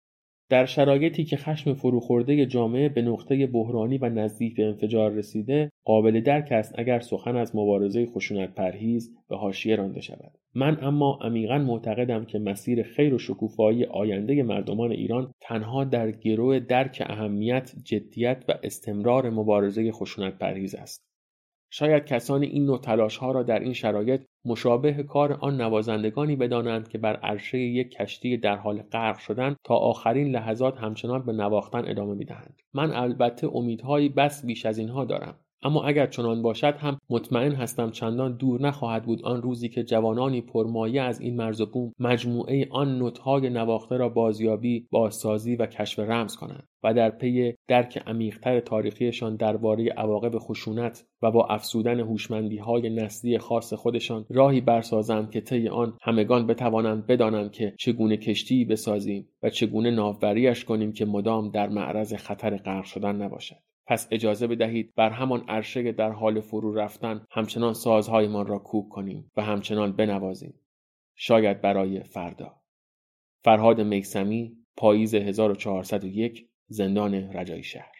[SPEAKER 12] در شرایطی که خشم فروخورده جامعه به نقطه بحرانی و نزدیک به انفجار رسیده، قابل درک است اگر سخن از مبارزه خشونت پرهیز به حاشیه رانده شود. من اما عمیقاً معتقدم که مسیر خیر و شکوفایی آینده مردمان ایران تنها در گرو درک اهمیت، جدیت و استمرار مبارزه خشونت پرهیز است. شاید کسانی این نوع تلاش‌ها را در این شرایط مشابه کار آن نوازندگانی بدانند که بر عرشه یک کشتی در حال غرق شدن تا آخرین لحظات همچنان به نواختن ادامه می‌دهند. من البته امیدهایی بس بیش از اینها دارم. اما اگر چنان باشد هم مطمئن هستم چندان دور نخواهد بود آن روزی که جوانانی پرمایه از این مرز و بوم مجموعه آن نوت‌های نواخته را بازیابی، بازسازی و کشف رمز کنند و در پی درک عمیق‌تر تاریخیشان درباره عواقب خشونت و با افزودن هوشمندی‌های نسلی خاص خودشان راهی برسازند که طی آن همگان بتوانند بدانند که چگونه کشتی بسازیم و چگونه ناوبریش کنیم که مدام در معرض خطر غرق شدن نباشد. پس اجازه بدهید بر همان عرشه در حال فرو رفتن همچنان سازهایمان را کوک کنیم و همچنان بنوازیم. شاید برای فردا. فرهاد میثمی، پاییز هزار و چهارصد و یک، زندان رجایی شهر.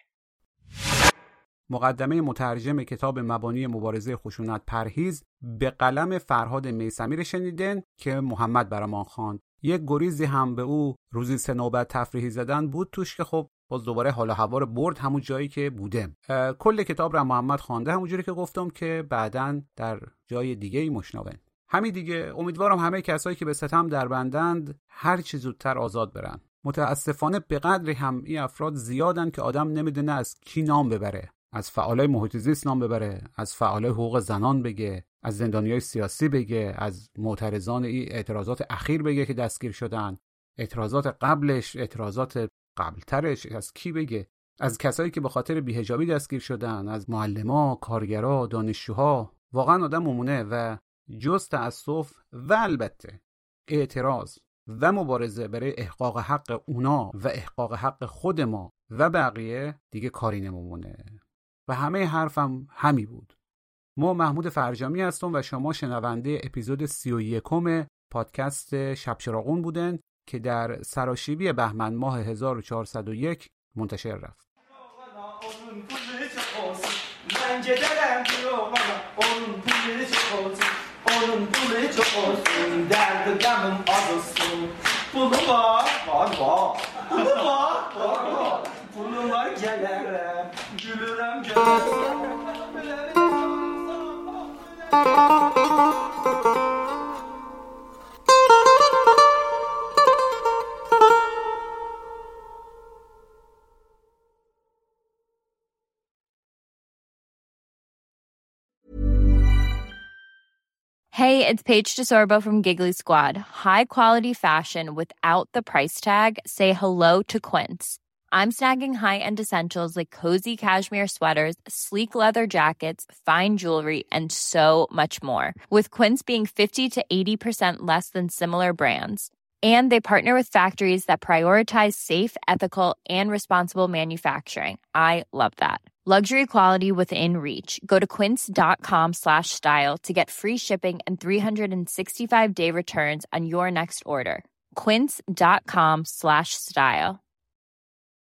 [SPEAKER 6] مقدمه مترجم کتاب مبانی مبارزه خشونت پرهیز به قلم فرهاد میثمی رو شنیدن که محمد برام خواند. یک گریزی هم به او روزی سه نوبت تفریحی زدن بود توش که خب باز دوباره حال و هوا رو برد همون جایی که بودم. کل کتاب رو محمد خوانده همونجوری که گفتم که بعداً در جای دیگه ای مشنون. همین دیگه، امیدوارم همه کسایی که به ستم در بندند هر چی زودتر آزاد برن. متاسفانه به قدری هم این افراد زیادن که آدم نمیدونه از کی نام ببره. از فعالای محیط زیست نام ببره، از فعالای حقوق زنان بگه، از زندانیای سیاسی بگه، از معترضان این اعتراضات اخیر بگه که دستگیر شدن، اعتراضات قبلش، اعتراضات قبلترش، از کی بگه، از کسایی که به خاطر بی‌حجابی دستگیر شدن، از معلما، کارگرا، دانشجوها. واقعا آدم ممونه و جز تأسف و البته اعتراض و مبارزه برای احقاق حق اونا و احقاق حق خود ما و بقیه دیگه کاری نمونه. و همه حرفم همی بود. ما محمود فرجامی هستم و شما شنونده اپیزود سی و یکم پادکست شب چراغون بودن که در سراشیبی بهمن ماه هزار و چهارصد و یک منتشر رفت.
[SPEAKER 5] Hey, it's Paige DeSorbo from Giggly Squad. High quality fashion without the price tag. Say hello to Quince. I'm snagging high-end essentials like cozy cashmere sweaters, sleek leather jackets, fine jewelry, and so much more. With Quince being fifty to eighty percent less than similar brands. And they partner with factories that prioritize safe, ethical, and responsible manufacturing. I love that. Luxury quality within reach. Go to quince.com slash style to get free shipping and three sixty-five day returns on your next order. Quince.com slash style.